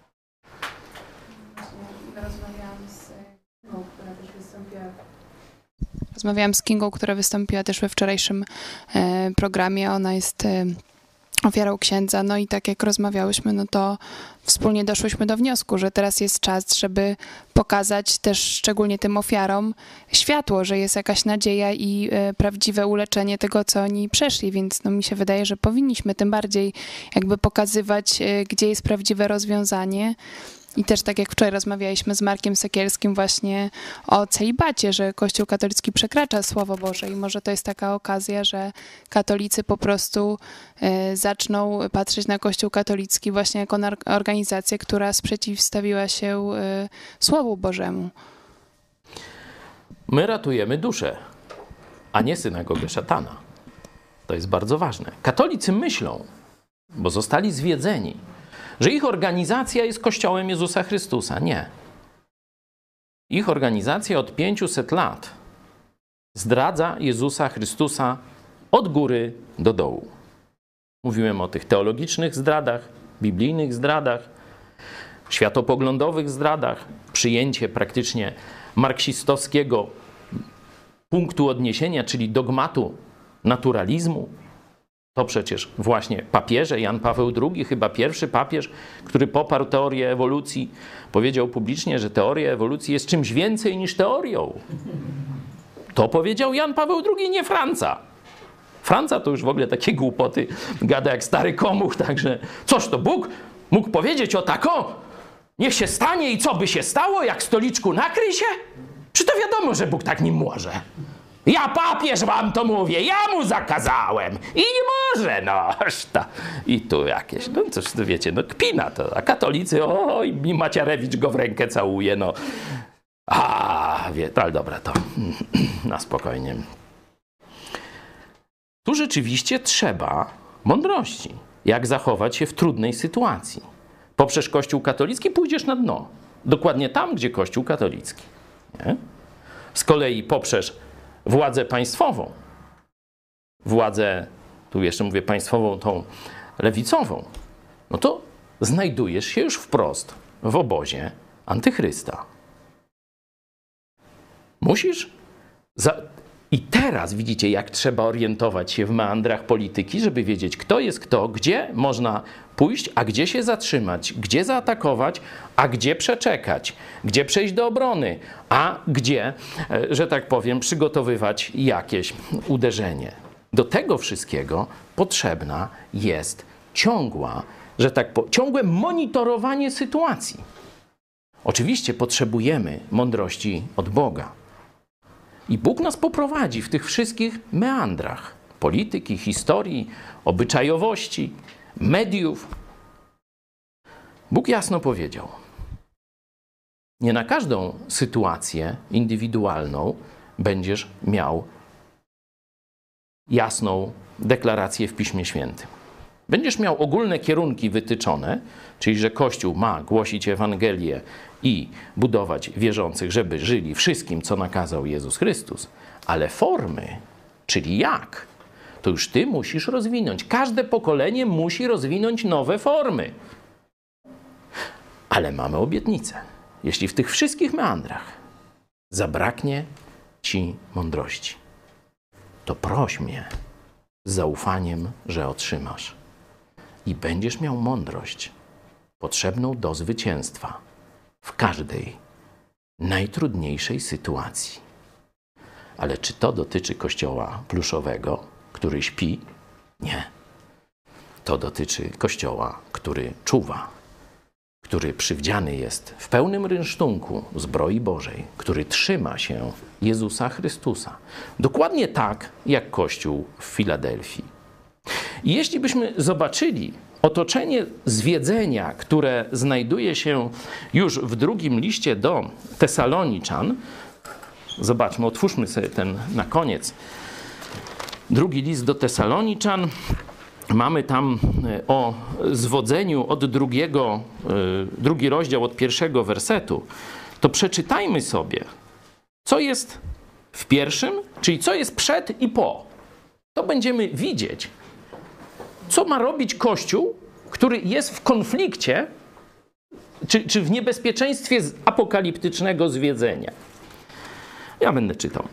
Rozmawiałam z Kingą, która wystąpiła też we wczorajszym programie. Ona jest ofiarą księdza. No i tak jak rozmawiałyśmy, no to wspólnie doszłyśmy do wniosku, że teraz jest czas, żeby pokazać też szczególnie tym ofiarom światło, że jest jakaś nadzieja i prawdziwe uleczenie tego, co oni przeszli, więc no mi się wydaje, że powinniśmy tym bardziej jakby pokazywać, gdzie jest prawdziwe rozwiązanie. I też tak jak wczoraj rozmawialiśmy z Markiem Sekielskim właśnie o celibacie, że Kościół katolicki przekracza Słowo Boże i może to jest taka okazja, że katolicy po prostu zaczną patrzeć na Kościół katolicki właśnie jako na organizację, która sprzeciwstawiła się Słowu Bożemu. My ratujemy duszę, a nie synagogę szatana. To jest bardzo ważne. Katolicy myślą, bo zostali zwiedzeni, że ich organizacja jest Kościołem Jezusa Chrystusa. Nie. Ich organizacja od 500 lat zdradza Jezusa Chrystusa od góry do dołu. Mówiłem o tych teologicznych zdradach, biblijnych zdradach, światopoglądowych zdradach, przyjęcie praktycznie marksistowskiego punktu odniesienia, czyli dogmatu naturalizmu. To przecież właśnie papieże, Jan Paweł II, chyba pierwszy papież, który poparł teorię ewolucji, powiedział publicznie, że teoria ewolucji jest czymś więcej niż teorią. To powiedział Jan Paweł II, nie Franca. Franca to już w ogóle takie głupoty gada jak stary komuch, także coż to Bóg mógł powiedzieć o tako? Niech się stanie i co by się stało, jak stoliczku nakryj się? Czy to wiadomo, że Bóg tak nie może? Ja papież wam to mówię, ja mu zakazałem i nie może, no. I tu jakieś, no coś wiecie, no kpina to. A katolicy, oj, mi Macierewicz go w rękę całuje, no. Ale dobra, to na spokojnie. Tu rzeczywiście trzeba mądrości, jak zachować się w trudnej sytuacji. Poprzez Kościół katolicki pójdziesz na dno. Dokładnie tam, gdzie Kościół katolicki. Nie? Z kolei poprzez władzę państwową, władzę, tu jeszcze mówię państwową, tą lewicową, no to znajdujesz się już wprost w obozie antychrysta. Musisz... I teraz widzicie, jak trzeba orientować się w meandrach polityki, żeby wiedzieć, kto jest kto, gdzie można pójść, a gdzie się zatrzymać, gdzie zaatakować, a gdzie przeczekać, gdzie przejść do obrony, a gdzie, że tak powiem, przygotowywać jakieś uderzenie. Do tego wszystkiego potrzebna jest ciągłe monitorowanie sytuacji. Oczywiście potrzebujemy mądrości od Boga. I Bóg nas poprowadzi w tych wszystkich meandrach polityki, historii, obyczajowości, mediów. Bóg jasno powiedział, nie na każdą sytuację indywidualną będziesz miał jasną deklarację w Piśmie Świętym. Będziesz miał ogólne kierunki wytyczone, czyli że Kościół ma głosić Ewangelię i budować wierzących, żeby żyli wszystkim, co nakazał Jezus Chrystus. Ale formy, czyli jak, to już ty musisz rozwinąć. Każde pokolenie musi rozwinąć nowe formy. Ale mamy obietnicę. Jeśli w tych wszystkich meandrach zabraknie ci mądrości, to proś mnie z zaufaniem, że otrzymasz. I będziesz miał mądrość potrzebną do zwycięstwa w każdej najtrudniejszej sytuacji. Ale czy to dotyczy Kościoła pluszowego, który śpi? Nie. To dotyczy Kościoła, który czuwa, który przywdziany jest w pełnym rynsztunku zbroi Bożej, który trzyma się Jezusa Chrystusa. Dokładnie tak, jak Kościół w Filadelfii. I jeśli byśmy zobaczyli otoczenie zwiedzenia, które znajduje się już w drugim liście do Tesaloniczan, Zobaczmy, otwórzmy sobie ten na koniec. Drugi list do Tesaloniczan. Mamy tam o zwodzeniu od drugi rozdział od 1 wersetu. To przeczytajmy sobie, co jest w pierwszym, czyli co jest przed i po. To będziemy widzieć, co ma robić Kościół, który jest w konflikcie, czy w niebezpieczeństwie apokaliptycznego zwiedzenia. Ja będę czytał.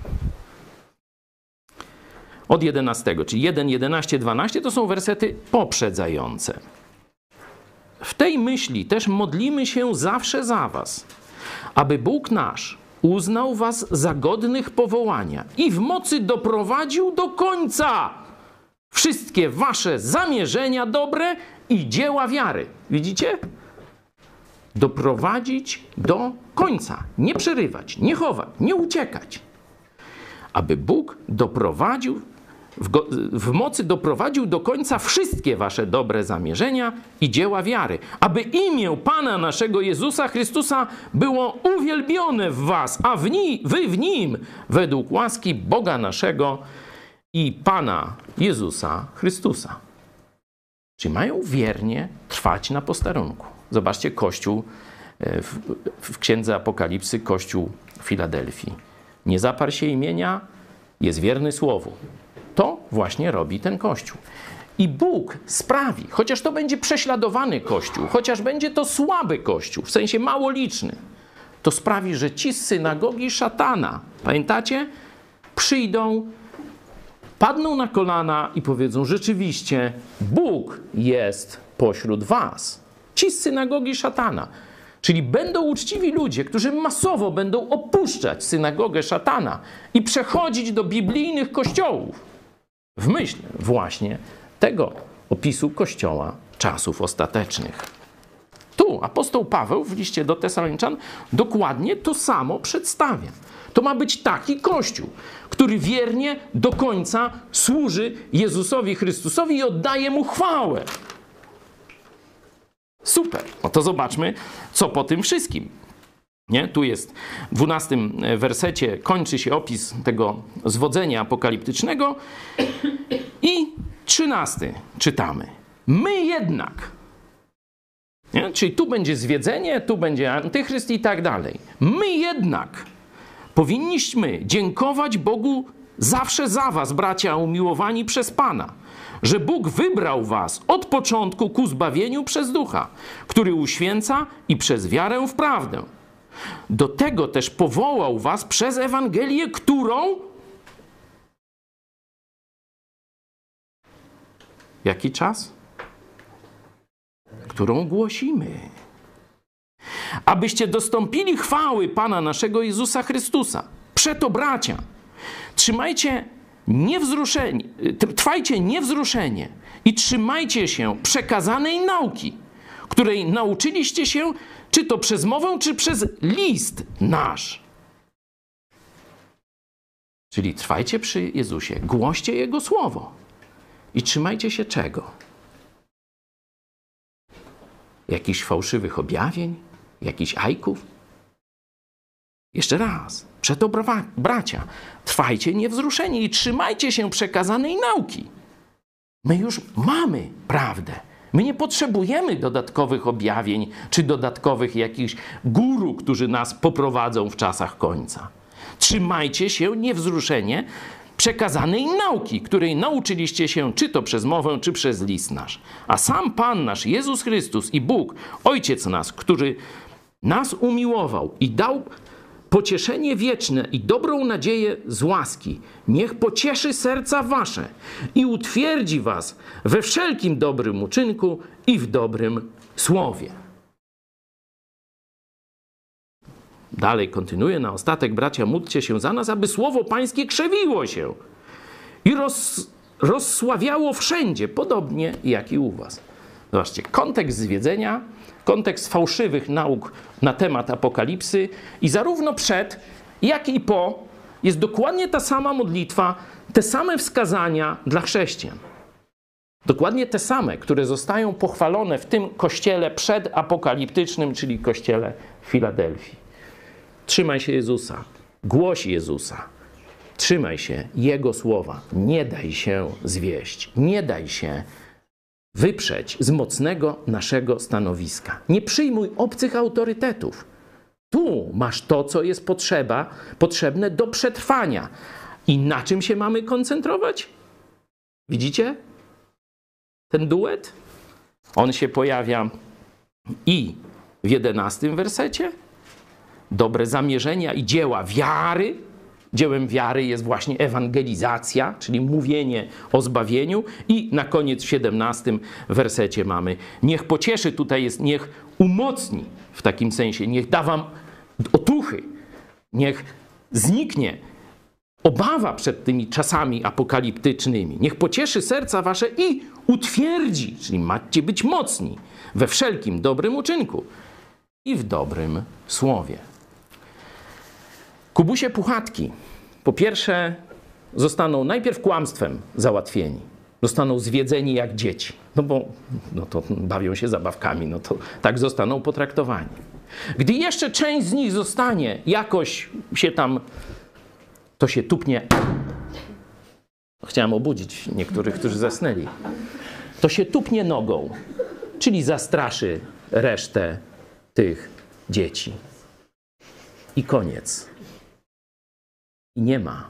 Od 11, czyli 1, 11, 12 to są wersety poprzedzające. W tej myśli też modlimy się zawsze za was, aby Bóg nasz uznał was za godnych powołania i w mocy doprowadził do końca wszystkie wasze zamierzenia dobre i dzieła wiary. Widzicie? Doprowadzić do końca. Nie przerywać, nie chować, nie uciekać. Aby Bóg doprowadził, w mocy doprowadził do końca wszystkie wasze dobre zamierzenia i dzieła wiary. Aby imię Pana naszego Jezusa Chrystusa było uwielbione w was, a wy w Nim według łaski Boga naszego i Pana Jezusa Chrystusa. Czyli mają wiernie trwać na posterunku. Zobaczcie, Kościół w Księdze Apokalipsy, Kościół Filadelfii. Nie zaparł się imienia, jest wierny słowu. To właśnie robi ten Kościół. I Bóg sprawi, chociaż to będzie prześladowany Kościół, chociaż będzie to słaby Kościół, w sensie mało liczny, to sprawi, że ci z synagogi szatana, pamiętacie, przyjdą, padną na kolana i powiedzą, rzeczywiście Bóg jest pośród was. Ci z synagogi szatana. Czyli będą uczciwi ludzie, którzy masowo będą opuszczać synagogę szatana i przechodzić do biblijnych kościołów. W myśl właśnie tego opisu Kościoła czasów ostatecznych. Tu apostoł Paweł w liście do Tesaloniczan dokładnie to samo przedstawia. To ma być taki Kościół, który wiernie do końca służy Jezusowi Chrystusowi i oddaje Mu chwałę. Super. No to zobaczmy, co po tym wszystkim. Nie? Tu jest w 12 wersecie, kończy się opis tego zwodzenia apokaliptycznego i 13 czytamy. My jednak, nie? Czyli tu będzie zwiedzenie, tu będzie antychryst i tak dalej. My jednak powinniśmy dziękować Bogu zawsze za was, bracia umiłowani przez Pana, że Bóg wybrał was od początku ku zbawieniu przez Ducha, który uświęca i przez wiarę w prawdę. Do tego też powołał was przez Ewangelię, którą... Jaki czas? Którą głosimy. Abyście dostąpili chwały Pana naszego Jezusa Chrystusa. Przeto, bracia, trwajcie niewzruszenie i trzymajcie się przekazanej nauki, której nauczyliście się, czy to przez mowę, czy przez list nasz. Czyli trwajcie przy Jezusie, głoście Jego słowo i trzymajcie się czego? Jakichś fałszywych objawień? Jakichś ajków? Jeszcze raz. Przeto, bracia, trwajcie niewzruszeni i trzymajcie się przekazanej nauki. My już mamy prawdę. My nie potrzebujemy dodatkowych objawień czy dodatkowych jakichś guru, którzy nas poprowadzą w czasach końca. Trzymajcie się niewzruszenie przekazanej nauki, której nauczyliście się czy to przez mowę, czy przez list nasz. A sam Pan nasz Jezus Chrystus i Bóg, Ojciec nas, który nas umiłował i dał pocieszenie wieczne i dobrą nadzieję z łaski, niech pocieszy serca wasze i utwierdzi was we wszelkim dobrym uczynku i w dobrym słowie. Dalej kontynuuje na ostatek, bracia, módlcie się za nas, aby słowo pańskie krzewiło się i rozsławiało wszędzie, podobnie jak i u was. Zobaczcie, kontekst zwiedzenia, kontekst fałszywych nauk na temat apokalipsy i zarówno przed, jak i po jest dokładnie ta sama modlitwa, te same wskazania dla chrześcijan. Dokładnie te same, które zostają pochwalone w tym kościele przedapokaliptycznym, czyli kościele w Filadelfii. Trzymaj się Jezusa. Głoś Jezusa. Trzymaj się Jego słowa. Nie daj się zwieść. Nie daj się wyprzeć z mocnego naszego stanowiska. Nie przyjmuj obcych autorytetów. Tu masz to, co jest potrzebne do przetrwania. I na czym się mamy koncentrować? Widzicie ten duet? On się pojawia i w 11 wersecie. Dobre zamierzenia i dzieła wiary. Dziełem wiary jest właśnie ewangelizacja, czyli mówienie o zbawieniu. I na koniec w 17 wersecie mamy: niech pocieszy, tutaj jest niech umocni, w takim sensie, niech da wam otuchy, niech zniknie obawa przed tymi czasami apokaliptycznymi. Niech pocieszy serca wasze i utwierdzi, czyli macie być mocni we wszelkim dobrym uczynku i w dobrym słowie. Kubusie Puchatki, po pierwsze, zostaną najpierw kłamstwem załatwieni. Zostaną zwiedzeni jak dzieci. No bo to bawią się zabawkami, no to tak zostaną potraktowani. Gdy jeszcze część z nich zostanie jakoś się tam, to się tupnie. Chciałem obudzić niektórych, którzy zasnęli. To się tupnie nogą, czyli zastraszy resztę tych dzieci. I koniec. I nie ma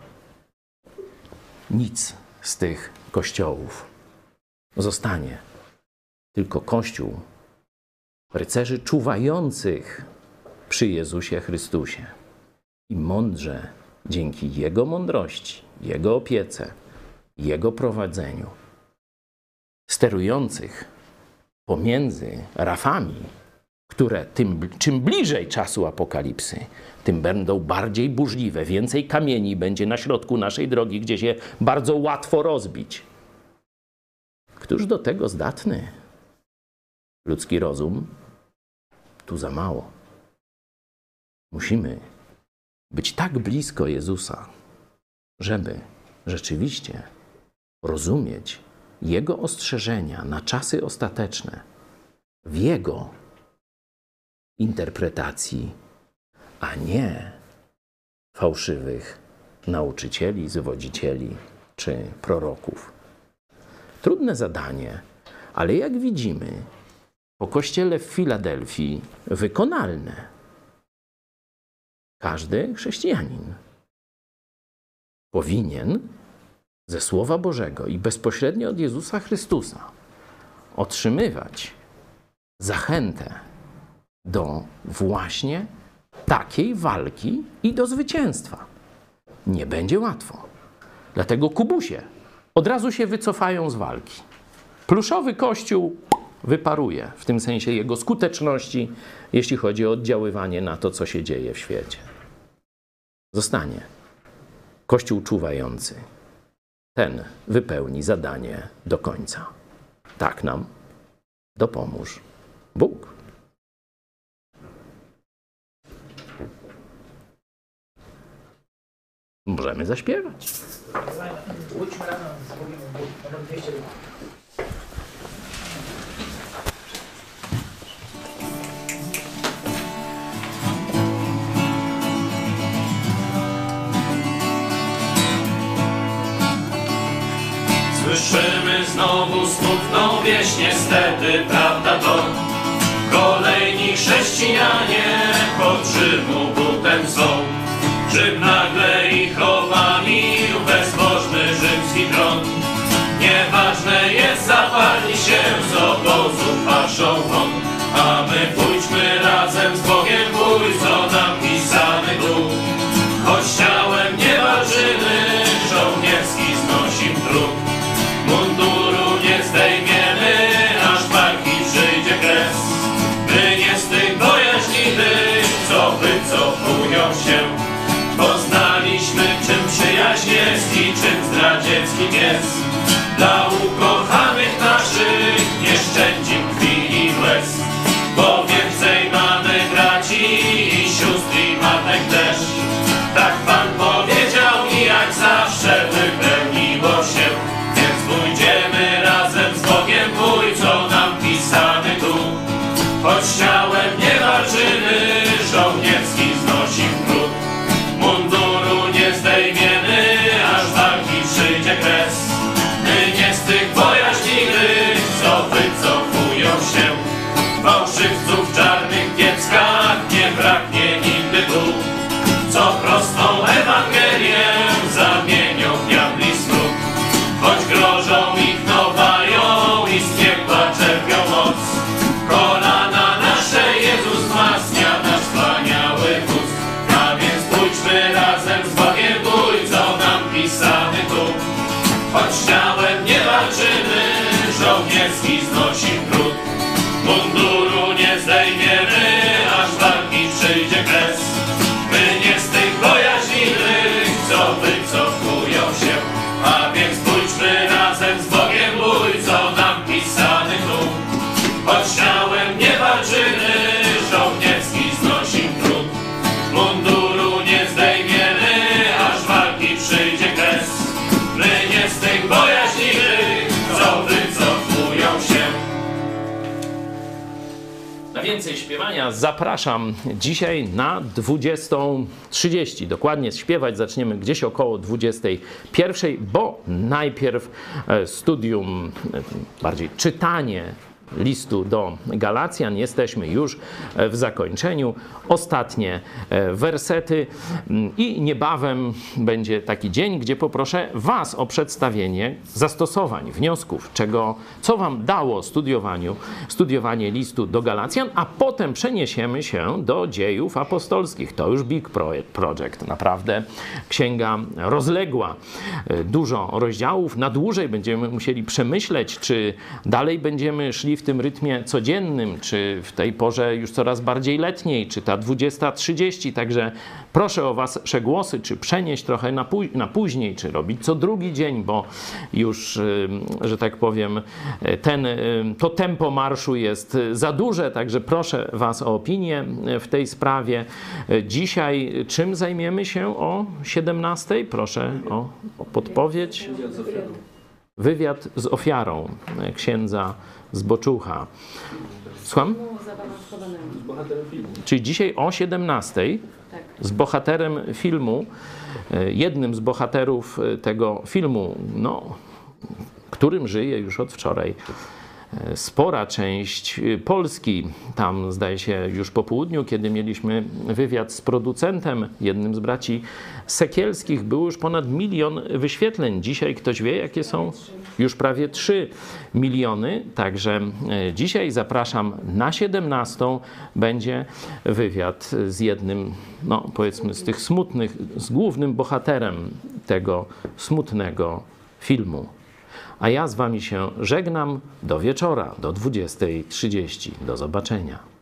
nic z tych kościołów. Zostanie tylko Kościół rycerzy czuwających przy Jezusie Chrystusie. I mądrze, dzięki Jego mądrości, Jego opiece, Jego prowadzeniu, sterujących pomiędzy rafami, które czym bliżej czasu apokalipsy, tym będą bardziej burzliwe. Więcej kamieni będzie na środku naszej drogi, gdzie się bardzo łatwo rozbić. Któż do tego zdatny? Ludzki rozum? Tu za mało. Musimy być tak blisko Jezusa, żeby rzeczywiście rozumieć Jego ostrzeżenia na czasy ostateczne w Jego interpretacji, a nie fałszywych nauczycieli, zwodzicieli czy proroków. Trudne zadanie, ale jak widzimy, po kościele w Filadelfii wykonalne. Każdy chrześcijanin powinien ze Słowa Bożego i bezpośrednio od Jezusa Chrystusa otrzymywać zachętę do właśnie takiej walki i do zwycięstwa. Nie będzie łatwo. Dlatego Kubusie od razu się wycofają z walki. Pluszowy Kościół wyparuje, w tym sensie jego skuteczności, jeśli chodzi o oddziaływanie na to, co się dzieje w świecie. Zostanie Kościół czuwający. Ten wypełni zadanie do końca. Tak nam dopomóż Bóg. Możemy zaśpiewać. Łódźmy razem z Bogiem numer 200. Słyszymy znowu smutną wieść, niestety prawda to. Kolejni chrześcijanie pod Rzymu butem są. Rzym nagle ich obalił bezbożny rzymski tron. Nieważne jest, zapadli się z obozu paszą won. A my pójdźmy razem z Bogiem bój, co nam pisany był. Choć ciałem nie walczymy, żołnierski znosimy trud. Munduru nie zdejmiemy, aż walki przyjdzie kres. My nie z tych bojaźliwych, co wycofują się. Poznaliśmy, czym przyjaźń jest i czym zdradzieckim jest. Dla ukochanych naszych nie szczędzim krwi i łez. Bo więcej mamy braci i sióstr i matek też. Tak Pan powiedział i jak zawsze wypełniło się. Więc pójdziemy razem z Bogiem bój, co nam pisany tu. Choć ciałem nie walczymy, żołnierski znosim trud. Mundur się. Fałszywców w czarnych pieckach nie braknie nigdy tu, co prostą Ewangelię zamienią w diabli snów. Choć grożą ich nowają i z piekła czerpią moc, kolana nasze Jezus wzmacnia, nasz wspaniały wódz. A więc pójdźmy razem z Bogiem bój, co nam pisany tu. Choć ciałem nie walczymy, żołnierski znosi trud. Munduru nie zdejmiemy, aż walki przyjdzie kres. My nie z tych bojaźliwych, co wycofują się. A więc pójdźmy razem z Bogiem bój, co nam pisany tu. Choć ciałem nie walczymy, żołnierski znosi trud. Munduru nie zdejmiemy, aż walki przyjdzie kres. My nie z tych bojaźliwych, co wycofują się. Na więcej śpiewania zapraszam dzisiaj na 20:30. Dokładnie śpiewać zaczniemy gdzieś około 21:00, bo najpierw studium, bardziej czytanie listu do Galacjan. Jesteśmy już w zakończeniu. Ostatnie wersety i niebawem będzie taki dzień, gdzie poproszę Was o przedstawienie zastosowań, wniosków, co Wam dało studiowanie listu do Galacjan, a potem przeniesiemy się do Dziejów Apostolskich. To już big project, naprawdę księga rozległa, dużo rozdziałów. Na dłużej będziemy musieli przemyśleć, czy dalej będziemy szli w tym rytmie codziennym, czy w tej porze już coraz bardziej letniej, czy ta 20:30. Także proszę o Wasze głosy, czy przenieść trochę na później, czy robić co drugi dzień, bo już, że tak powiem, to tempo marszu jest za duże. Także proszę Was o opinię w tej sprawie. Dzisiaj czym zajmiemy się o 17:00? Proszę o podpowiedź. Wywiad z ofiarą księdza Zboczucha. Słucham? Czyli dzisiaj o 17:00 z bohaterem filmu, jednym z bohaterów tego filmu, którym żyje już od wczoraj spora część Polski. Tam, zdaje się, już po południu, kiedy mieliśmy wywiad z producentem, jednym z braci Sekielskich, było już ponad 1 milion wyświetleń. Dzisiaj ktoś wie, jakie są? Już prawie 3 miliony. Także dzisiaj zapraszam na 17:00. Będzie wywiad z jednym, powiedzmy, z tych smutnych, z głównym bohaterem tego smutnego filmu. A ja z Wami się żegnam do wieczora, do 20:30. Do zobaczenia.